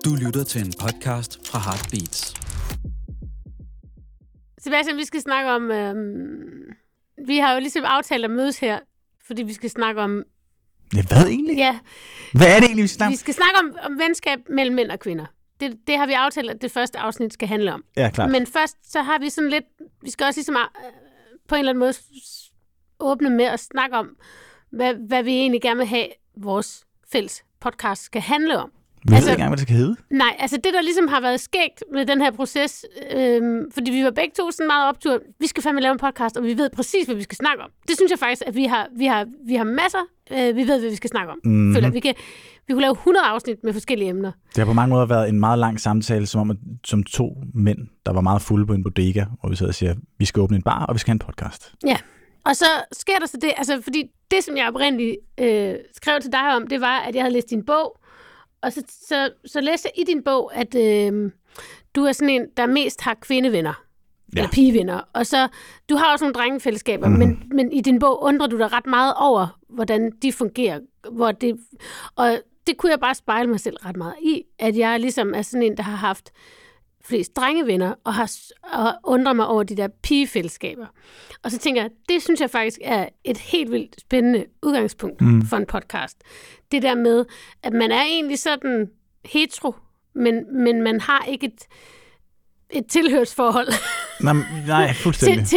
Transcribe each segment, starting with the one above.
Du lytter til en podcast fra Heartbeats. Sebastian, vi skal snakke om... vi har jo ligesom aftalt at mødes her, fordi vi skal snakke om... Ja, hvad egentlig? Ja. Hvad er det egentlig, vi skal snakke om? Vi skal snakke om venskab mellem mænd og kvinder. Det har vi aftalt, at det første afsnit skal handle om. Ja, klart. Men først, så har vi sådan lidt... Vi skal også ligesom på en eller anden måde åbne med at snakke om, hvad vi egentlig gerne vil have, vores fælles podcast skal handle om. Vi ved ikke engang, hvad det skal hedde. Nej, altså det, der ligesom har været skægt med den her proces, fordi vi var begge to sådan meget optur, vi skal fandme lave en podcast, og vi ved præcis, hvad vi skal snakke om. Det synes jeg faktisk, at vi har masser, vi ved, hvad vi skal snakke om. Mm-hmm. Føler, vi kunne lave 100 afsnit med forskellige emner. Det har på mange måder været en meget lang samtale, som to mænd, der var meget fulde på en bodega, hvor vi sidder og siger, vi skal åbne en bar, og vi skal have en podcast. Ja, og så sker der så det, altså fordi det, som jeg oprindeligt skrev til dig om, det var, at jeg havde læst din bog, og så læste jeg i din bog, at du er sådan en, der mest har kvindevenner, eller pigevenner. Og så, du har også nogle drengefællesskaber, men i din bog undrer du dig ret meget over, hvordan de fungerer. Og det kunne jeg bare spejle mig selv ret meget i, at jeg ligesom er sådan en, der har haft flest drengevenner, og undrer mig over de der pigefællesskaber. Og så tænker jeg, det synes jeg faktisk er et helt vildt spændende udgangspunkt for en podcast. Det der med, at man er egentlig sådan hetero, men man har ikke et tilhørsforhold. Nej, fuldstændig.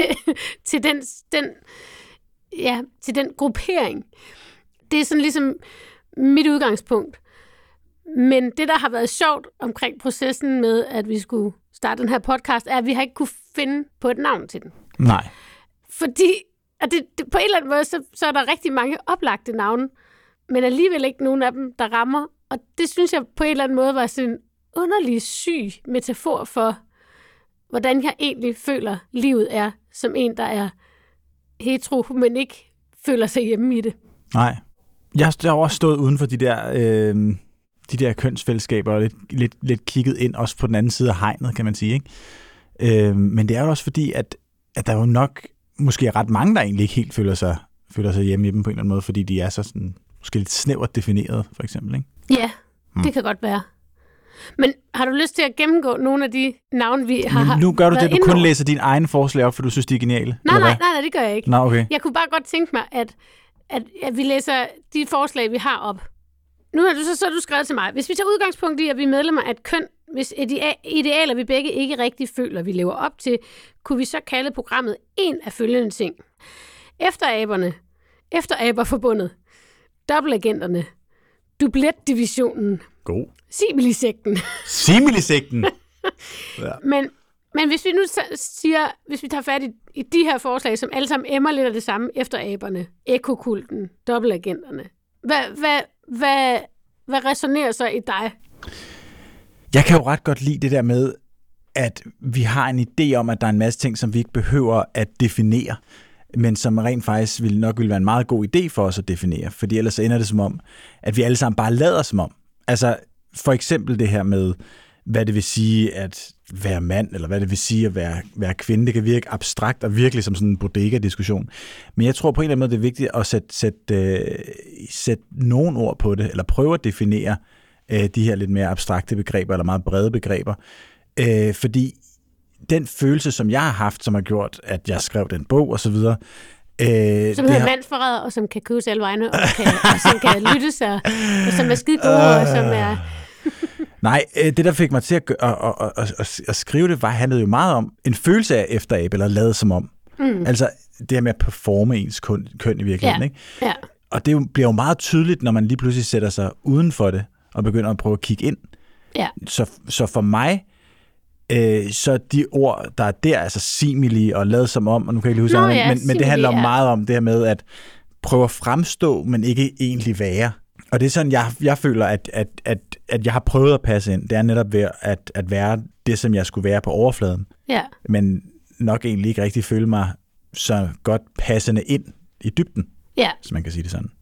til den gruppering. Det er sådan ligesom mit udgangspunkt. Men det, der har været sjovt omkring processen med, at vi skulle starte den her podcast, er, at vi har ikke kunne finde på et navn til den. Nej. Fordi at det, på en eller anden måde, så er der rigtig mange oplagte navne, men alligevel ikke nogen af dem, der rammer. Og det synes jeg på en eller anden måde var sådan en underlig syg metafor for, hvordan jeg egentlig føler, livet er, som en, der er hetero, men ikke føler sig hjemme i det. Nej. Jeg har også stået uden for de der kønsfællesskaber og lidt kigget ind, også på den anden side af hegnet, kan man sige. Ikke? Men det er jo også fordi, at der jo nok måske er ret mange, der egentlig ikke helt føler sig hjemme i dem på en eller anden måde, fordi de er så sådan, måske lidt snævert defineret, for eksempel. Ikke? Ja, det kan godt være. Men har du lyst til at gennemgå nogle af de navne, vi har nu gør du det, du kun over? Læser dine egne forslag op, for du synes, de er geniale? Nej, det gør jeg ikke. Nå, okay. Jeg kunne bare godt tænke mig, at vi læser de forslag, vi har op. Nu har du skrevet til mig. Hvis vi tager udgangspunkt i, at vi er medlemmer af et køn, hvis idealer, vi begge ikke rigtig føler, vi lever op til, kunne vi så kalde programmet en af følgende ting. Efteraberne, Efteraberforbundet, Dobbeltagenterne, Dubletdivisionen, god. Similisekten. Similisekten? Ja. Men hvis vi nu siger, hvis vi tager fat i de her forslag, som alle sammen emmer lidt af det samme, efteraberne, ekokulten, dobbeltagenterne, hvad resonerer så i dig? Jeg kan jo ret godt lide det der med, at vi har en idé om, at der er en masse ting, som vi ikke behøver at definere, men som rent faktisk vil være en meget god idé for os at definere, fordi ellers ender det som om, at vi alle sammen bare lader som om. Altså for eksempel det her med, hvad det vil sige at være mand, eller hvad det vil sige at være kvinde. Det kan virke abstrakt og virkelig som sådan en bodega-diskussion. Men jeg tror på en eller anden måde, det er vigtigt at sætte nogle ord på det, eller prøve at definere de her lidt mere abstrakte begreber, eller meget brede begreber. Fordi den følelse, som jeg har haft, som har gjort, at jeg skrev den bog, og så videre, som hedder mandsforræder, og som kan købes alle vegne, og som kan lytte sig, og som er skide gode, og som er... Nej, det der fik mig til at skrive det, handlede jo meget om en følelse af efterabe, eller lade som om. Altså det her med at performe ens køn i virkeligheden. Ikke? Ja. Og det bliver jo meget tydeligt, når man lige pludselig sætter sig uden for det, og begynder at prøve at kigge ind. Ja. Så for mig, så de ord, der er der, altså simili og lade som om, og nu kan jeg ikke huske, men det handler meget om det her med at prøve at fremstå, men ikke egentlig være. Og det er sådan, jeg føler, at jeg har prøvet at passe ind. Det er netop ved at være det, som jeg skulle være på overfladen. Ja. Men nok egentlig ikke rigtig føle mig så godt passende ind i dybden, så man kan sige det sådan.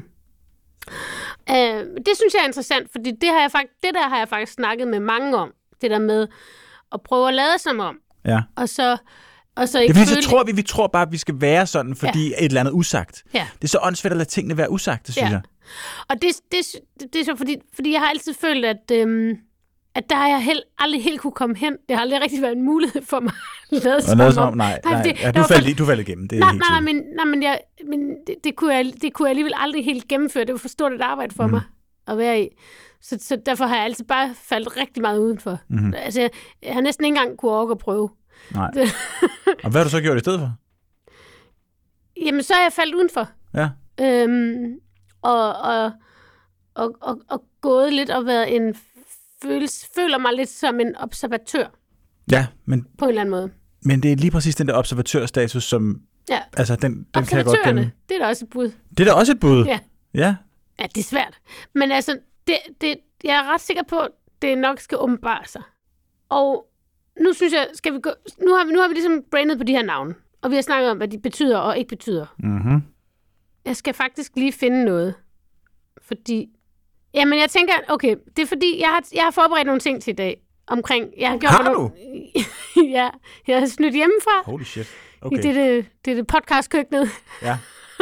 Det synes jeg er interessant, fordi det der har jeg faktisk snakket med mange om. Det der med at prøve at lade som om. Ja. Og så ikke det er fordi, så tror vi tror bare, at vi skal være sådan, fordi et eller andet usagt. Ja. Det er så åndssvært at lade tingene være usagt, det synes jeg. Og det er så fordi jeg har altid følt, at der har jeg aldrig helt kunne komme hen. Det har aldrig rigtig været en mulighed for mig at lade som om. Nej. Ja, du faldt igennem. Det er men det kunne jeg alligevel aldrig helt gennemføre. Det var for stort et arbejde for mig at være i. Så derfor har jeg altid bare faldet rigtig meget udenfor. Mm-hmm. Altså, jeg har næsten ikke engang kunne orke at prøve. Nej. Og hvad har du så gjort i stedet for? Jamen, så er jeg faldet udenfor. Ja. Og gået lidt og været føler mig lidt som en observatør. Ja, men... På en eller anden måde. Men det er lige præcis den der observatørstatus, som... Ja. Altså, den kan jeg godt gemme. Det er da også et bud. Det er da også et bud? Ja. Ja. Ja, det er svært. Men altså, jeg er ret sikker på, at det nok skal åbenbare sig. Og nu synes jeg, nu har vi ligesom brainet på de her navne. Og vi har snakket om, hvad de betyder og ikke betyder. Mhm. Jeg skal faktisk lige finde noget. Fordi... Jamen, jeg tænker, okay, det er fordi, jeg har forberedt nogle ting til i dag. Omkring... Har du? Ja, jeg har snydt hjemmefra. Holy shit. Okay. I det podcastkøkkenet. Ja.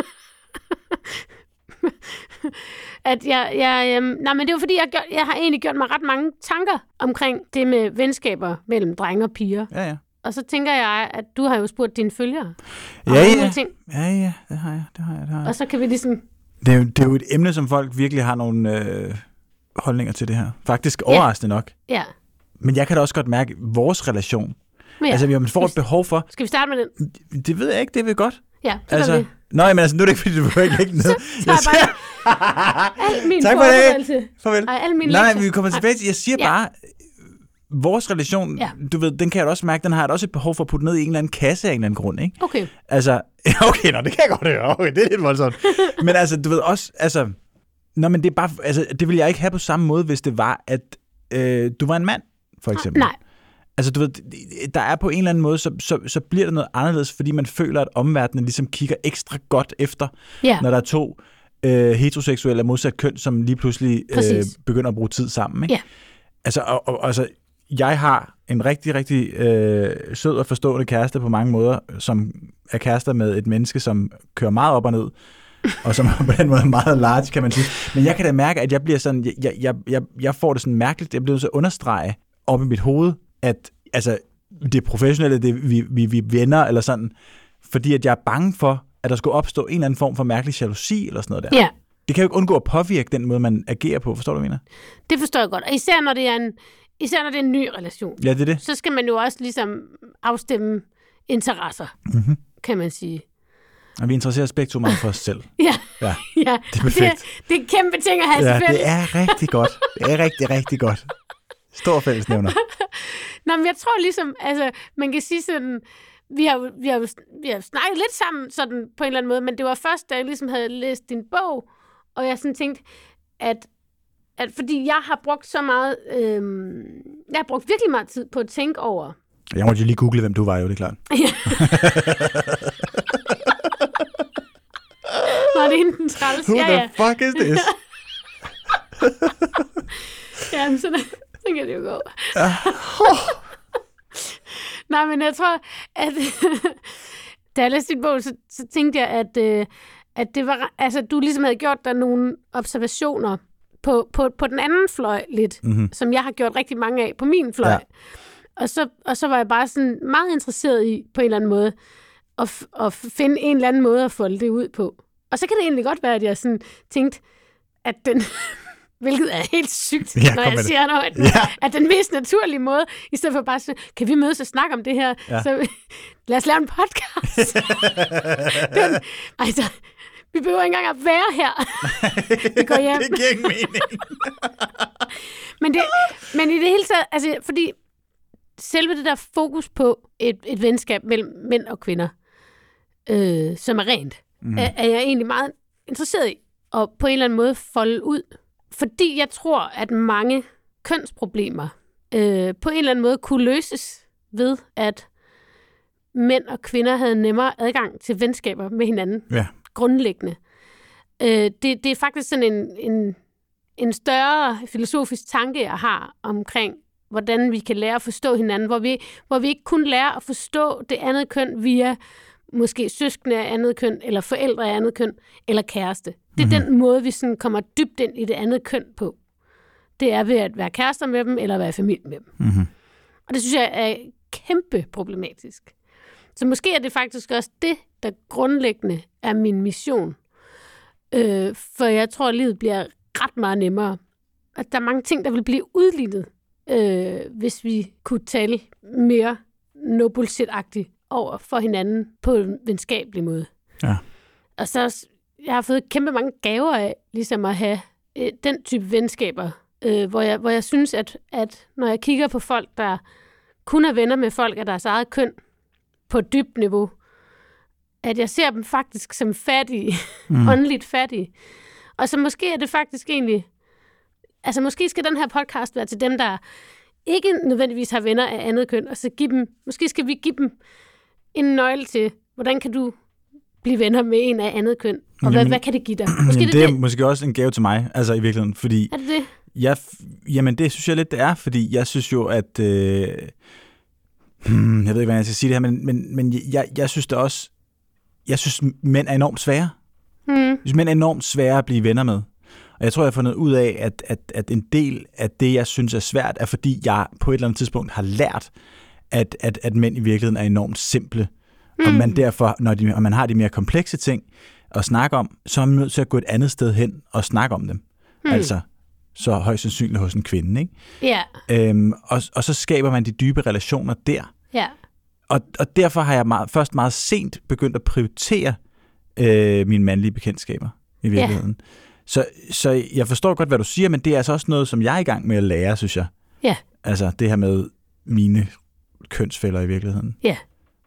At nej, men det var fordi, jeg har egentlig gjort mig ret mange tanker omkring det med venskaber mellem drenge og piger. Ja, ja. Og så tænker jeg, at du har jo spurgt dine følgere. Ja, ting. Ja, det har jeg. Og så kan vi ligesom... Det er jo et emne, som folk virkelig har nogle holdninger til det her. Faktisk overraskende nok. Ja. Men jeg kan da også godt mærke vores relation. Ja. Altså, vi får et behov for... Skal vi starte med den? Det ved jeg ikke, det vil godt. Ja, det altså, gør vi. Nej, men altså, nu er det ikke, fordi du behøver ikke lægge ned. Så tager jeg bare al min tak for forberedelse. Farvel. Al min Nej, vi kommer tilbage til... Jeg siger bare... Vores relation, du ved, den kan jeg da også mærke, den har jeg da også et behov for at putte ned i en eller anden kasse af en eller anden grund, ikke? Okay. Altså, okay, det kan jeg godt høre. Okay, det er lidt voldsomt. Men altså, du ved også, altså... Nå, men det er bare... Altså, det vil jeg ikke have på samme måde, hvis det var, at du var en mand, for eksempel. Nej. Altså, du ved, der er på en eller anden måde, så bliver det noget anderledes, fordi man føler, at omverdenen ligesom kigger ekstra godt efter, når der er to heteroseksuelle af modsat køn, som lige pludselig begynder at bruge tid sammen, ikke? Ja. Altså, altså, jeg har en rigtig, rigtig sød og forstående kæreste på mange måder, som er kærester med et menneske, som kører meget op og ned, og som på den måde meget large, kan man sige. Men jeg kan da mærke, at jeg bliver sådan, jeg får det sådan mærkeligt, jeg bliver nødt til at understrege op i mit hoved, at altså, det professionelle, det vi venner eller sådan, fordi at jeg er bange for, at der skulle opstå en eller anden form for mærkelig jalousi eller sådan noget der. Ja. Det kan jo ikke undgå at påvirke den måde, man agerer på. Forstår du, hvad jeg mener? Det forstår jeg godt. Og især når det er en ny relation. Ja, det er det. Så skal man jo også ligesom afstemme interesser, kan man sige. Og vi interesserer os begge to meget for os selv. Ja. Det er perfekt. Det er kæmpe ting at have til fælles. Det er rigtig godt. Det er rigtig, rigtig godt. Stor fællesnævner. Nå, men jeg tror ligesom, altså, man kan sige sådan, vi har snakket lidt sammen sådan på en eller anden måde, men det var først, da jeg ligesom havde læst din bog, og jeg sådan tænkte, at fordi jeg har brugt så meget, jeg har brugt virkelig meget tid på at tænke over. Jeg måtte jo lige google, hvem du var, jo, det er klart. Ja. Nå, det er hende den træls. Who the fuck is this? Ja, men sådan kan det jo gå. Nej, men jeg tror, at da jeg læste din bog, så tænkte jeg, at det var, altså, du ligesom havde gjort der nogle observationer på den anden fløj lidt, som jeg har gjort rigtig mange af på min fløj. Ja. Og så var jeg bare sådan meget interesseret i, på en eller anden måde, at finde en eller anden måde at folde det ud på. Og så kan det egentlig godt være, at jeg sådan tænkte, at den... Hvilket er helt sygt, når jeg siger, at den mest naturlige måde, i stedet for bare sådan, kan vi mødes og snakke om det her? Ja. Så lad os lave en podcast. Altså, vi behøver ikke engang at være her. Vi går hjem. Det giver ikke mening. men i det hele taget, altså, fordi selve det der fokus på et venskab mellem mænd og kvinder, som er rent, er jeg egentlig meget interesseret i, og på en eller anden måde folde ud. Fordi jeg tror, at mange kønsproblemer på en eller anden måde kunne løses ved, at mænd og kvinder havde nemmere adgang til venskaber med hinanden. Ja. Grundlæggende. Det er faktisk sådan en større filosofisk tanke, jeg har omkring, hvordan vi kan lære at forstå hinanden, hvor vi ikke kun lærer at forstå det andet køn via måske søskende af andet køn, eller forældre af andet køn, eller kæreste. Det er den måde, vi sådan kommer dybt ind i det andet køn på. det er ved at være kærester med dem, eller være i familie med dem. Mm-hmm. Og det synes jeg er kæmpe problematisk. Så måske er det faktisk også det, der grundlæggende er min mission. For jeg tror, at livet bliver ret meget nemmere. At der er mange ting, der vil blive udlignet, hvis vi kunne tale mere no bullshit-agtigt over for hinanden på en venskabelig måde. Ja. Og så, jeg har fået kæmpe mange gaver af, ligesom at have den type venskaber, hvor jeg synes, at når jeg kigger på folk, der kun er venner med folk af deres eget køn, på et dybt niveau, at jeg ser dem faktisk som fattige, åndeligt fattige. Og så måske er det faktisk egentlig, altså måske skal den her podcast være til dem, der ikke nødvendigvis har venner af andet køn, og så måske skal vi give dem en nøgle til, hvordan kan du blive venner med en af andet køn, og hvad kan det give dig? Måske det er måske også en gave til mig, altså i virkeligheden, fordi... Er det det? Jamen, det synes jeg lidt, det er, fordi jeg synes jo, at... jeg ved ikke, hvordan jeg skal sige det her, men jeg synes det også... Jeg synes, mænd er enormt svære. Jeg synes, mænd er enormt svære at blive venner med. Og jeg tror, jeg har fundet ud af, at en del af det, jeg synes er svært, er fordi jeg på et eller andet tidspunkt har lært, at mænd i virkeligheden er enormt simple. Og man derfor, når man har de mere komplekse ting at snakke om, så er man nødt til at gå et andet sted hen og snakke om dem. Altså, så højst sandsynligt hos en kvinde, ikke? Ja. Og så skaber man de dybe relationer der. Ja. Og derfor har jeg først meget sent begyndt at prioritere mine mandlige bekendtskaber i virkeligheden. Ja. Så jeg forstår godt, hvad du siger, men det er altså også noget, som jeg er i gang med at lære, synes jeg. Ja. Altså det her med mine kønsfælder i virkeligheden. Ja.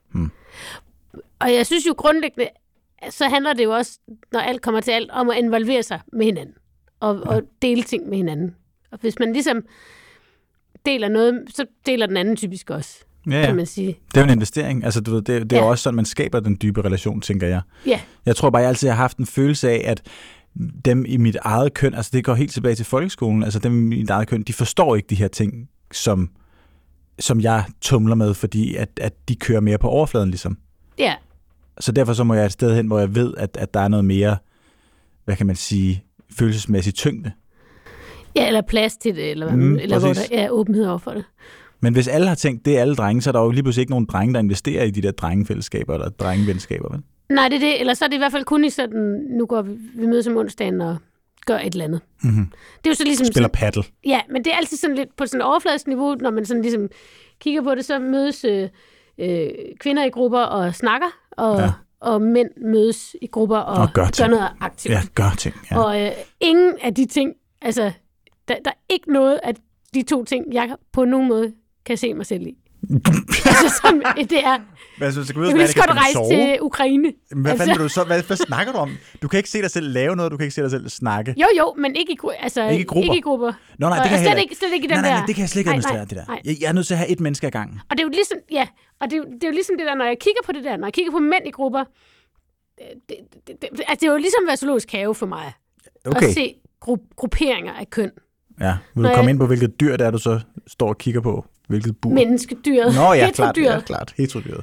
Og jeg synes jo grundlæggende, så handler det jo også, når alt kommer til alt, om at involvere sig med hinanden. Og dele ting med hinanden. Og hvis man ligesom deler noget, så deler den anden typisk også, kan man sige. Det er jo en investering. Altså, du ved, det er jo også sådan, man skaber den dybe relation, tænker jeg. Ja. Jeg tror bare, jeg altid har haft en følelse af, at dem i mit eget køn, altså det går helt tilbage til folkeskolen, altså dem i mit eget køn, de forstår ikke de her ting, som jeg tumler med, fordi at de kører mere på overfladen, ligesom. Ja. Så derfor så må jeg et sted hen, hvor jeg ved, at der er noget mere, hvad kan man sige, følelsesmæssig tyngde. Ja, eller plads til det, eller hvor der er åbenhed over for det. Men hvis alle har tænkt, det er alle drenge, så er der jo lige pludselig ikke nogen drenge, der investerer i de der drengefællesskaber eller drengevenskaber, vel? Nej, det er det. Eller så er det i hvert fald kun i sådan, nu går vi mødes om onsdagen og gør et eller andet. Mm-hmm. Det er jo så ligesom... Spiller paddle. Ja, men det er altid sådan lidt på sådan et overfladisk niveau, når man sådan ligesom kigger på det, så mødes kvinder i grupper og snakker, og mænd mødes i grupper og gør noget aktivt. Ja, gør ting. Ja. Og ingen af de ting, altså, der er ikke noget af de to ting, jeg på nogen måde kan se mig selv i. Altså, som det er... Men altså, jeg vil godt rejse til Ukraine. Hvad fanden vil du så? Hvad snakker du om? Du kan ikke se dig selv lave noget, du kan ikke se dig selv snakke. Jo, men ikke i grupper. Ikke i grupper. Nå, nej, det kan jeg slet ikke i den der. Nej, det kan jeg slet ikke administrere, det der. Jeg er nødt til at have et menneske ad gangen. Og det er jo ligesom, og det er jo ligesom det der, når jeg kigger på det der, når jeg kigger på mænd i grupper, det er jo ligesom at være zoologisk have for mig. Okay. At se grupperinger af køn. Ja, vil du komme ind på, hvilket dyr det er, du så står og kigger på? Hvilket bur? Menneskedyret. Nå ja, klart. Heterodyret.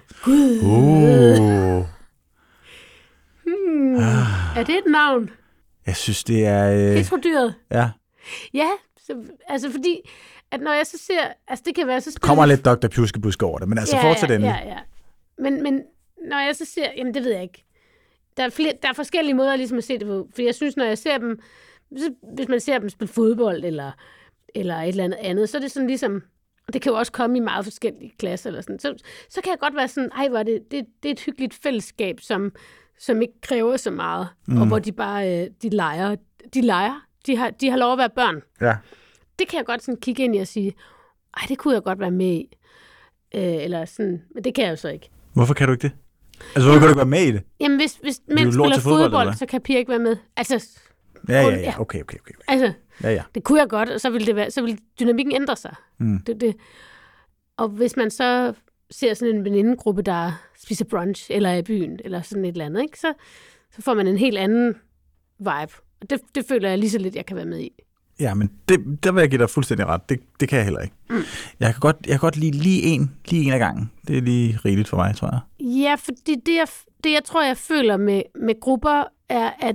Er det et navn? Jeg synes, det er... Heterodyret? Ja. Ja, altså fordi, at når jeg så ser... Altså det kan være så... Kommer lidt Dr. Pjuskebusk over det, men altså fortsæt endelig. Ja. Men når jeg så ser... Jamen det ved jeg ikke. Der er forskellige måder ligesom at se det på. For jeg synes, når jeg ser dem... Hvis man ser dem spille fodbold eller et eller andet, så er det sådan ligesom... Og det kan jo også komme i meget forskellige klasser eller sådan. Så kan jeg godt være sådan, hvor det er et hyggeligt fællesskab, som ikke kræver så meget, og hvor de bare de leger. De har lov at være børn. Ja. Det kan jeg godt sådan kigge ind i og sige, det kunne jeg godt være med i. Eller sådan, men det kan jeg jo så ikke. Hvorfor kan du ikke det? Altså, hvorfor kan du ikke være med i det? Jamen, hvis mænd spiller fodbold, så kan piger ikke være med. Altså, ja. Okay. Altså, ja. Det kunne jeg godt, og så ville dynamikken ændre sig. Det. Og hvis man så ser sådan en venindegruppe, der spiser brunch, eller er i byen, eller sådan et eller andet, ikke? Så får man en helt anden vibe. Og det føler jeg lige så lidt, jeg kan være med i. Ja, men der vil jeg give dig fuldstændig ret. Det kan jeg heller ikke. Jeg kan godt lide lige en af gangen. Det er lige rigeligt for mig, tror jeg. Ja, fordi det jeg tror, jeg føler med grupper, er,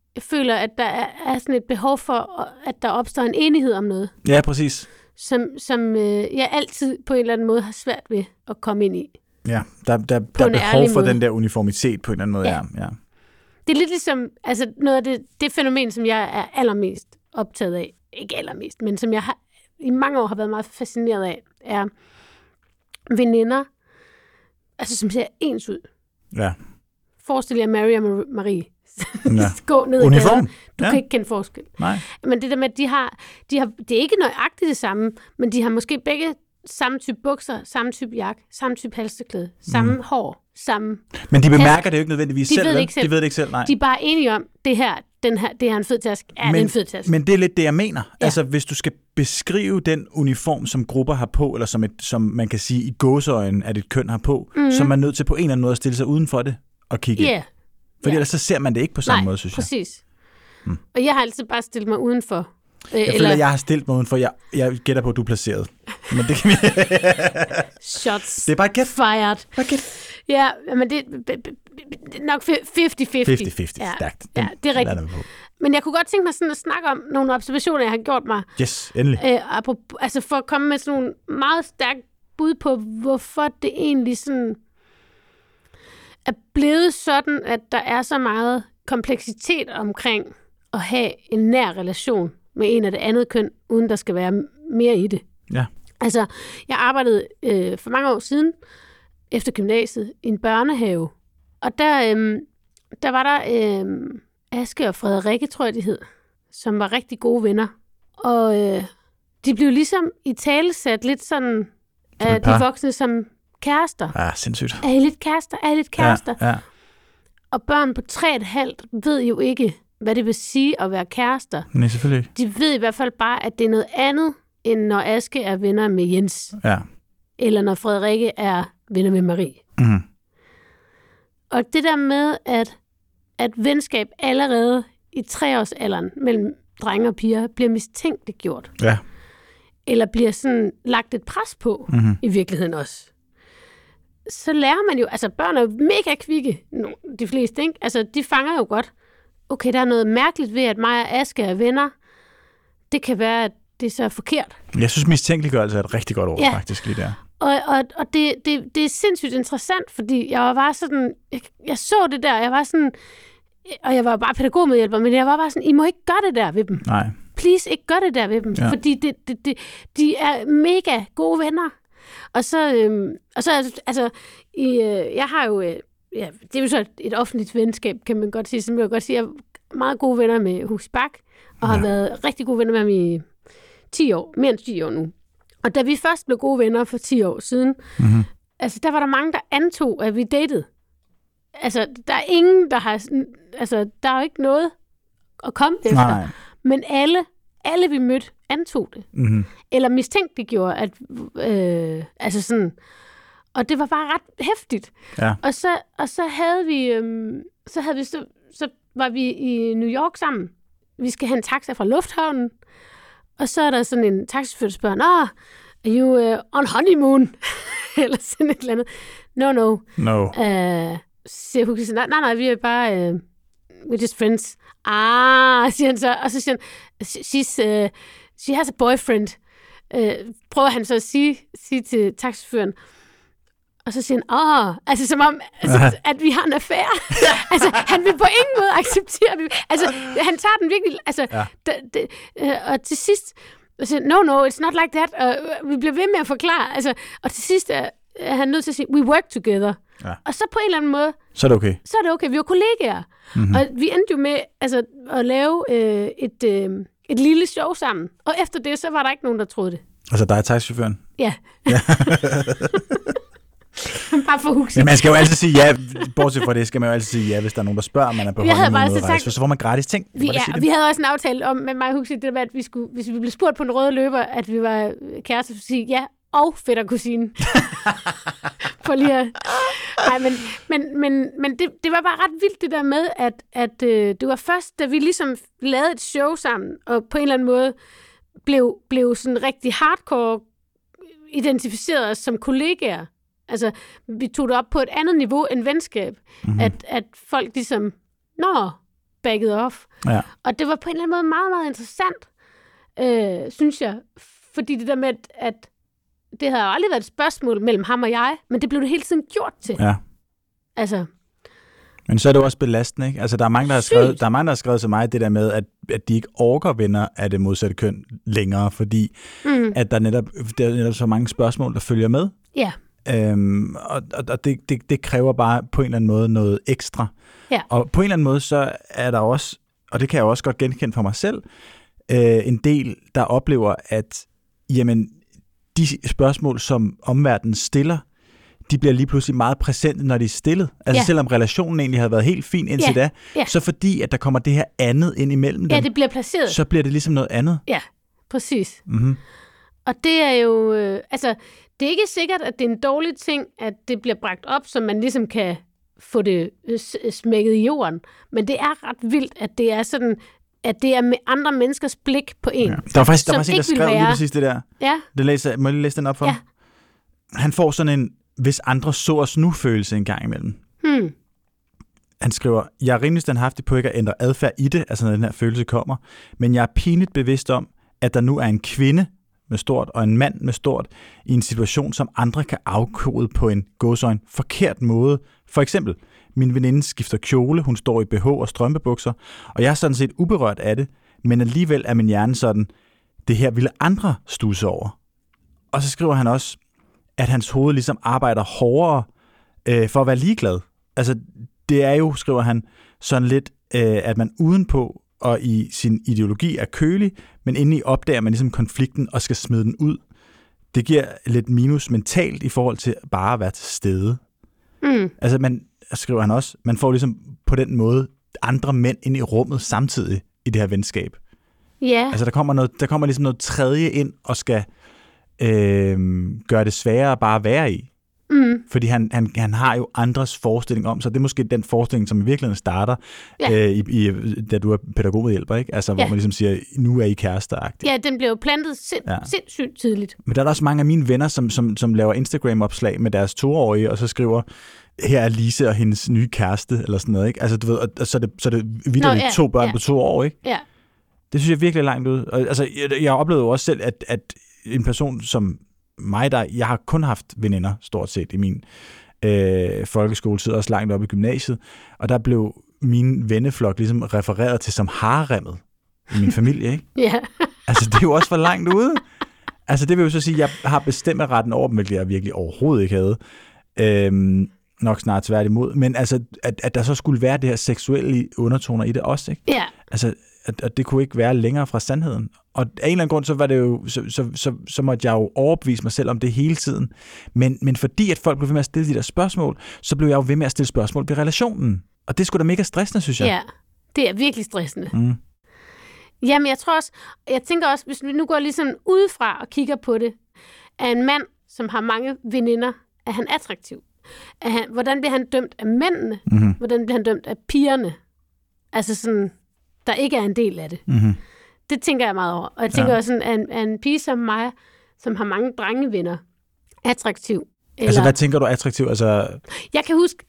jeg føler, at der er sådan et behov for, at der opstår en enighed om noget. Ja, præcis. Som jeg altid på en eller anden måde har svært ved at komme ind i. Ja, der er behov for den der uniformitet på en eller anden måde. Ja. Det er lidt ligesom noget af det fænomen, som jeg er allermest optaget af. Ikke allermest, men som jeg i mange år har været meget fascineret af, er veninder, som ser ens ud. Ja. Forestil jer Mary og Marie. Ja. Gå ned Uniform. i gaden. Du kan ikke kende forskel. Nej. Men det der med, at de har, det er ikke nøjagtigt det samme, men de har måske begge samme type bukser, samme type jakke, samme type halstørklæde, samme hår, samme... Men de bemærker det jo ikke nødvendigvis selv. De ved det ikke selv. Nej. De er bare enige om, det her er en fed taske. Ja, det er en fed taske. Men det er lidt det, jeg mener. Ja. Altså, hvis du skal beskrive den uniform, som grupper har på, eller som man kan sige i gåseøjne, at et køn har på, så er man nødt til på en eller anden måde at stille sig uden for det og kigge ind. Fordi ellers så ser man det ikke på samme måde, synes jeg. Præcis. Og jeg har altid bare stillet mig udenfor. Jeg føler, jeg har stillet mig udenfor. Jeg gætter på, at du er placeret. Men det kan vi... Shots. Det er bare et gæt. Fired. Bare gæt. Ja, men det er nok 50-50. 50-50. Stærkt. Ja, det er rigtigt. Men jeg kunne godt tænke mig sådan at snakke om nogle observationer, jeg har gjort mig. Yes, endelig. For at komme med sådan nogle meget stærke bud på, hvorfor det egentlig sådan er blevet sådan, at der er så meget kompleksitet omkring at have en nær relation med en af det andet køn, uden der skal være mere i det. Ja. Altså, jeg arbejdede for mange år siden, efter gymnasiet, i en børnehave. Og der var der Aske og Frederikke, tror jeg, de hed, som var rigtig gode venner. Og de blev ligesom i talesat lidt sådan af de voksne som kærester. Ja, sindssygt. Er I lidt kærester? Er I lidt kærester? Ja. Og børn på 3,5 ved jo ikke, hvad det vil sige at være kærester. Nej, selvfølgelig. De ved i hvert fald bare, at det er noget andet, end når Aske er venner med Jens. Ja. Eller når Frederikke er venner med Marie. Mm-hmm. Og det der med, at venskab allerede i 3-årsalderen mellem drenge og piger bliver mistænkeliggjort. Ja. Eller bliver sådan lagt et pres på, i virkeligheden også. Så lærer man jo, børn er jo mega kvikke, de fleste, ikke? Altså, de fanger jo godt. Okay, der er noget mærkeligt ved, at mig og Aske er venner. Det kan være, at det så er forkert. Jeg synes, mistænkeliggørelse er et rigtig godt ord, faktisk, lige der. Og det er sindssygt interessant, fordi jeg var bare sådan, jeg så det der, jeg var sådan, og jeg var bare pædagogmedhjælper, men jeg var bare sådan, I må ikke gøre det der ved dem. Nej. Please, ikke gør det der ved dem, fordi de er mega gode venner. Og så jeg har jo, det er jo så et offentligt venskab, kan man godt sige, som jeg godt sige, jeg er meget gode venner med Huxi Bach, og har været rigtig gode venner med ham i 10 år, mere end 10 år nu. Og da vi først blev gode venner for 10 år siden, der var der mange, der antog, at vi datede. Der er ingen, der har... der er jo ikke noget at komme efter. Nej. Men alle vi mødte antog det. Mm-hmm. Eller mistænkeliggjorde, at... sådan... Og det var bare ret heftigt. Ja. Og så havde vi... Så var vi i New York sammen. Vi skal have en taxa fra lufthavnen. Og så er der sådan en taxichauffør, der spørger, are you on honeymoon? Eller sådan et eller andet. No. Siger Huxi, nej, vi er bare, we're just friends. Siger han så. Og så siger han, she has a boyfriend. Prøver han så at sige til taxichaufføren. Og så siger han, som om, at vi har en affære. Han vil på ingen måde acceptere det. Han tager den virkelig, og til sidst, siger, no, it's not like that. Og vi bliver ved med at forklare. Og til sidst er han nødt til at sige, we work together. Ja. Og så på en eller anden måde, så er det okay. Vi var kollegaer. Mm-hmm. Og vi endte jo med at lave et lille show sammen. Og efter det, så var der ikke nogen, der troede det. Altså dig er taxichaufføren? Ja. Bare for Huxi. Men man skal jo altid sige ja, bortset fra det, skal man jo altid sige ja, hvis der er nogen, der spørger, man er på hånden, så får man gratis ting. Vi havde også en aftale om med mig og Huxi, det var, at hvis vi blev spurgt på en røde løber, at vi var kærester, så sige ja, og fætter kusine. For lige at... men det var bare ret vildt det der med, at det var først, da vi ligesom lavede et show sammen, og på en eller anden måde blev sådan rigtig hardcore identificeret os som kollegaer. Vi tog det op på et andet niveau end venskab. Mm-hmm. At folk ligesom, backet off. Ja. Og det var på en eller anden måde meget, meget interessant, synes jeg. Fordi det der med, at det havde jo aldrig været et spørgsmål mellem ham og jeg, men det blev det hele tiden gjort til. Ja. Altså... Men så er det også belastende, ikke? Altså, der er mange, der har skrevet til mig det der med, at de ikke orker venner af det modsatte køn længere, fordi at der er netop så mange spørgsmål, der følger med. Ja. Og det kræver bare på en eller anden måde noget ekstra. Ja. Og på en eller anden måde, så er der også, og det kan jeg også godt genkende for mig selv, en del, der oplever, at jamen, de spørgsmål, som omverdenen stiller, de bliver lige pludselig meget præsente, når de er stillet. Altså selvom relationen egentlig havde været helt fin indtil da, så fordi, at der kommer det her andet ind imellem dem, det bliver placeret. Så bliver det ligesom noget andet. Ja, præcis. Mm-hmm. Og det er jo... det er ikke sikkert, at det er en dårlig ting, at det bliver bragt op, så man ligesom kan få det smækket i jorden. Men det er ret vildt, at det er sådan... at det er med andre menneskers blik på en. Ja. Der var faktisk en, der skrev lige præcis det der. Ja. Må jeg lige læse den op for ham? Han får sådan en, hvis andre så os nu følelse en gang imellem. Han skriver, jeg er rimelig standhaftig på ikke at ændre adfærd i det, altså når den her følelse kommer, men jeg er pinligt bevidst om, at der nu er en kvinde med stort og en mand med stort i en situation, som andre kan afkode på en gåseøjne forkert måde. For eksempel, min veninde skifter kjole, hun står i BH og strømpebukser, og jeg er sådan set uberørt af det, men alligevel er min hjerne sådan, det her ville andre studse over. Og så skriver han også, at hans hoved ligesom arbejder hårdere for at være ligeglad. Altså, det er jo, skriver han, sådan lidt, at man udenpå og i sin ideologi er kølig, men indeni opdager man ligesom konflikten og skal smide den ud. Det giver lidt minus mentalt i forhold til bare at være til stede. Altså, skriver han også, man får ligesom på den måde andre mænd ind i rummet samtidig i det her venskab. Ja. Altså, der kommer ligesom noget tredje ind og skal gøre det sværere bare at være i. Fordi han har jo andres forestilling om, så det er måske den forestilling, som i virkeligheden starter, da du er pædagogmedhjælper, ikke? Altså, hvor man ligesom siger, nu er I kæresteagtige. Ja, den blev jo plantet sindssygt tidligt. Men der er også mange af mine venner, som laver Instagram-opslag med deres 2-årige, og så skriver, her er Lise og hendes nye kæreste, eller sådan noget, ikke? Altså, du ved, og så er det vitterligt 2 børn på 2 år, ikke? Ja. Det synes jeg virkelig er langt ud. Og, altså, jeg oplevede jo også selv, at en person som mig, jeg har kun haft veninder, stort set, i min folkeskoletid, også langt op i gymnasiet, og der blev min venneflok ligesom refereret til som haremmet i min familie, ikke? Ja. Altså, det er jo også for langt ude. Altså, det vil jo så sige, at jeg har bestemmeretten over dem, hvilket jeg virkelig overhovedet ikke havde. Nok snart tværtimod. Men altså, at der så skulle være det her seksuelle undertoner i det også, ikke? Ja. Altså, at det kunne ikke være længere fra sandheden. Og af en eller anden grund, så var det jo, så måtte jeg jo overbevise mig selv om det hele tiden. Men fordi at folk blev ved med at stille de der spørgsmål, så blev jeg jo ved med at stille spørgsmål ved relationen. Og det er sgu da mega stressende, synes jeg. Ja, det er virkelig stressende. Jamen, jeg tænker også, hvis vi nu går ligesom udefra og kigger på det, er en mand, som har mange veninder, er han attraktiv? Hvordan bliver han dømt af mændene? Hvordan bliver han dømt af pigerne? Altså sådan, der ikke er en del af det. Det tænker jeg meget over. Og jeg tænker også sådan, at en pige som mig, som har mange drengevenner, attraktiv. Eller... Altså, hvad tænker du attraktiv? Altså... Jeg kan huske,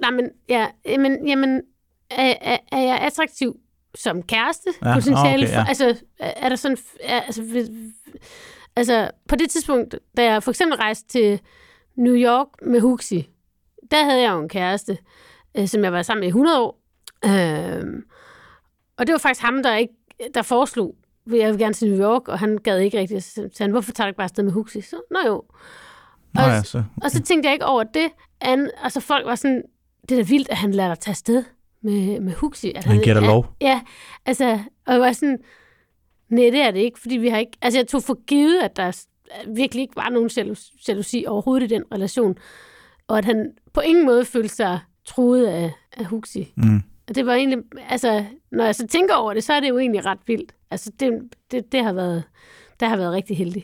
er jeg attraktiv som kæreste? Potentiale? Okay, ja. Altså, er der sådan... Altså, på det tidspunkt, da jeg for eksempel rejste til New York med Huxi, der havde jeg jo en kæreste, som jeg var sammen med i 100 år. Og det var faktisk ham, der foreslog, jeg vil gerne til New York, og han gad ikke rigtigt. Så han, hvorfor tager du ikke bare afsted med Huxi? Så, og så tænkte jeg ikke over det. Altså folk var sådan, det er da vildt, at han lader dig tage afsted med Huxi. Han giver dig lov. Ja, altså, og jeg var sådan, nej, det er det ikke, fordi vi har ikke, altså jeg tog for givet, at der virkelig ikke var nogen jalousi overhovedet i den relation, og at han på ingen måde følte sig truet af Huxi. Og det var egentlig, altså, når jeg så tænker over det, så er det jo egentlig ret vildt. Altså, det har været rigtig heldigt.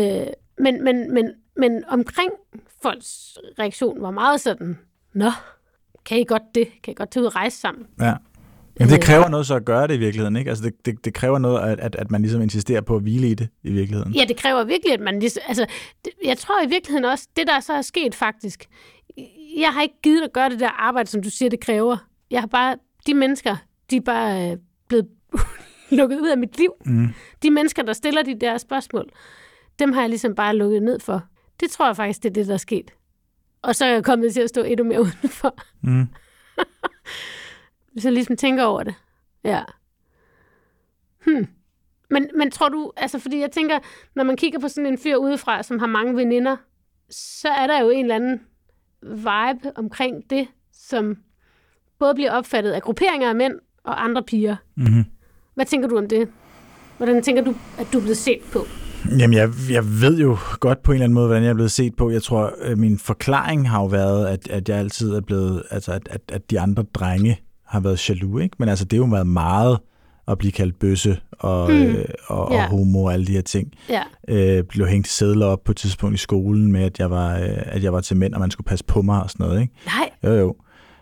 Men omkring folks reaktion var meget sådan, nå, kan I godt det? Kan I godt tage ud og rejse sammen? Ja. Men det kræver noget så at gøre det i virkeligheden, ikke? Altså, det kræver noget, at man ligesom insisterer på at hvile i det i virkeligheden. Ja, det kræver virkelig, at man ligesom, altså, jeg tror i virkeligheden også, det der så er sket faktisk, jeg har ikke givet at gøre det der arbejde, som du siger, det kræver. Jeg har bare, de mennesker, de er bare lukket ud af mit liv. De mennesker, der stiller de der spørgsmål, dem har jeg ligesom bare lukket ned for. Det tror jeg faktisk, det er det, der er sket. Og så er jeg kommet til at stå endnu mere udenfor. Hvis jeg ligesom tænker over det. Ja. Men tror du, altså fordi jeg tænker, når man kigger på sådan en fyr udefra, som har mange veninder, så er der jo en eller anden vibe omkring det, som både bliver opfattet af grupperinger af mænd og andre piger. Hvad tænker du om det? Hvordan tænker du, at du er blevet set på? Jamen, jeg ved jo godt på en eller anden måde, hvordan jeg er blevet set på. Jeg tror, min forklaring har jo været, at jeg altid er blevet, altså at de andre drenge har været jaloux, ikke? Men altså, det har jo været meget at blive kaldt bøsse og homo og alle de her ting. Blev hængt sædler op på et tidspunkt i skolen med, at jeg var til mænd, og man skulle passe på mig og sådan noget, ikke? Nej. Jo.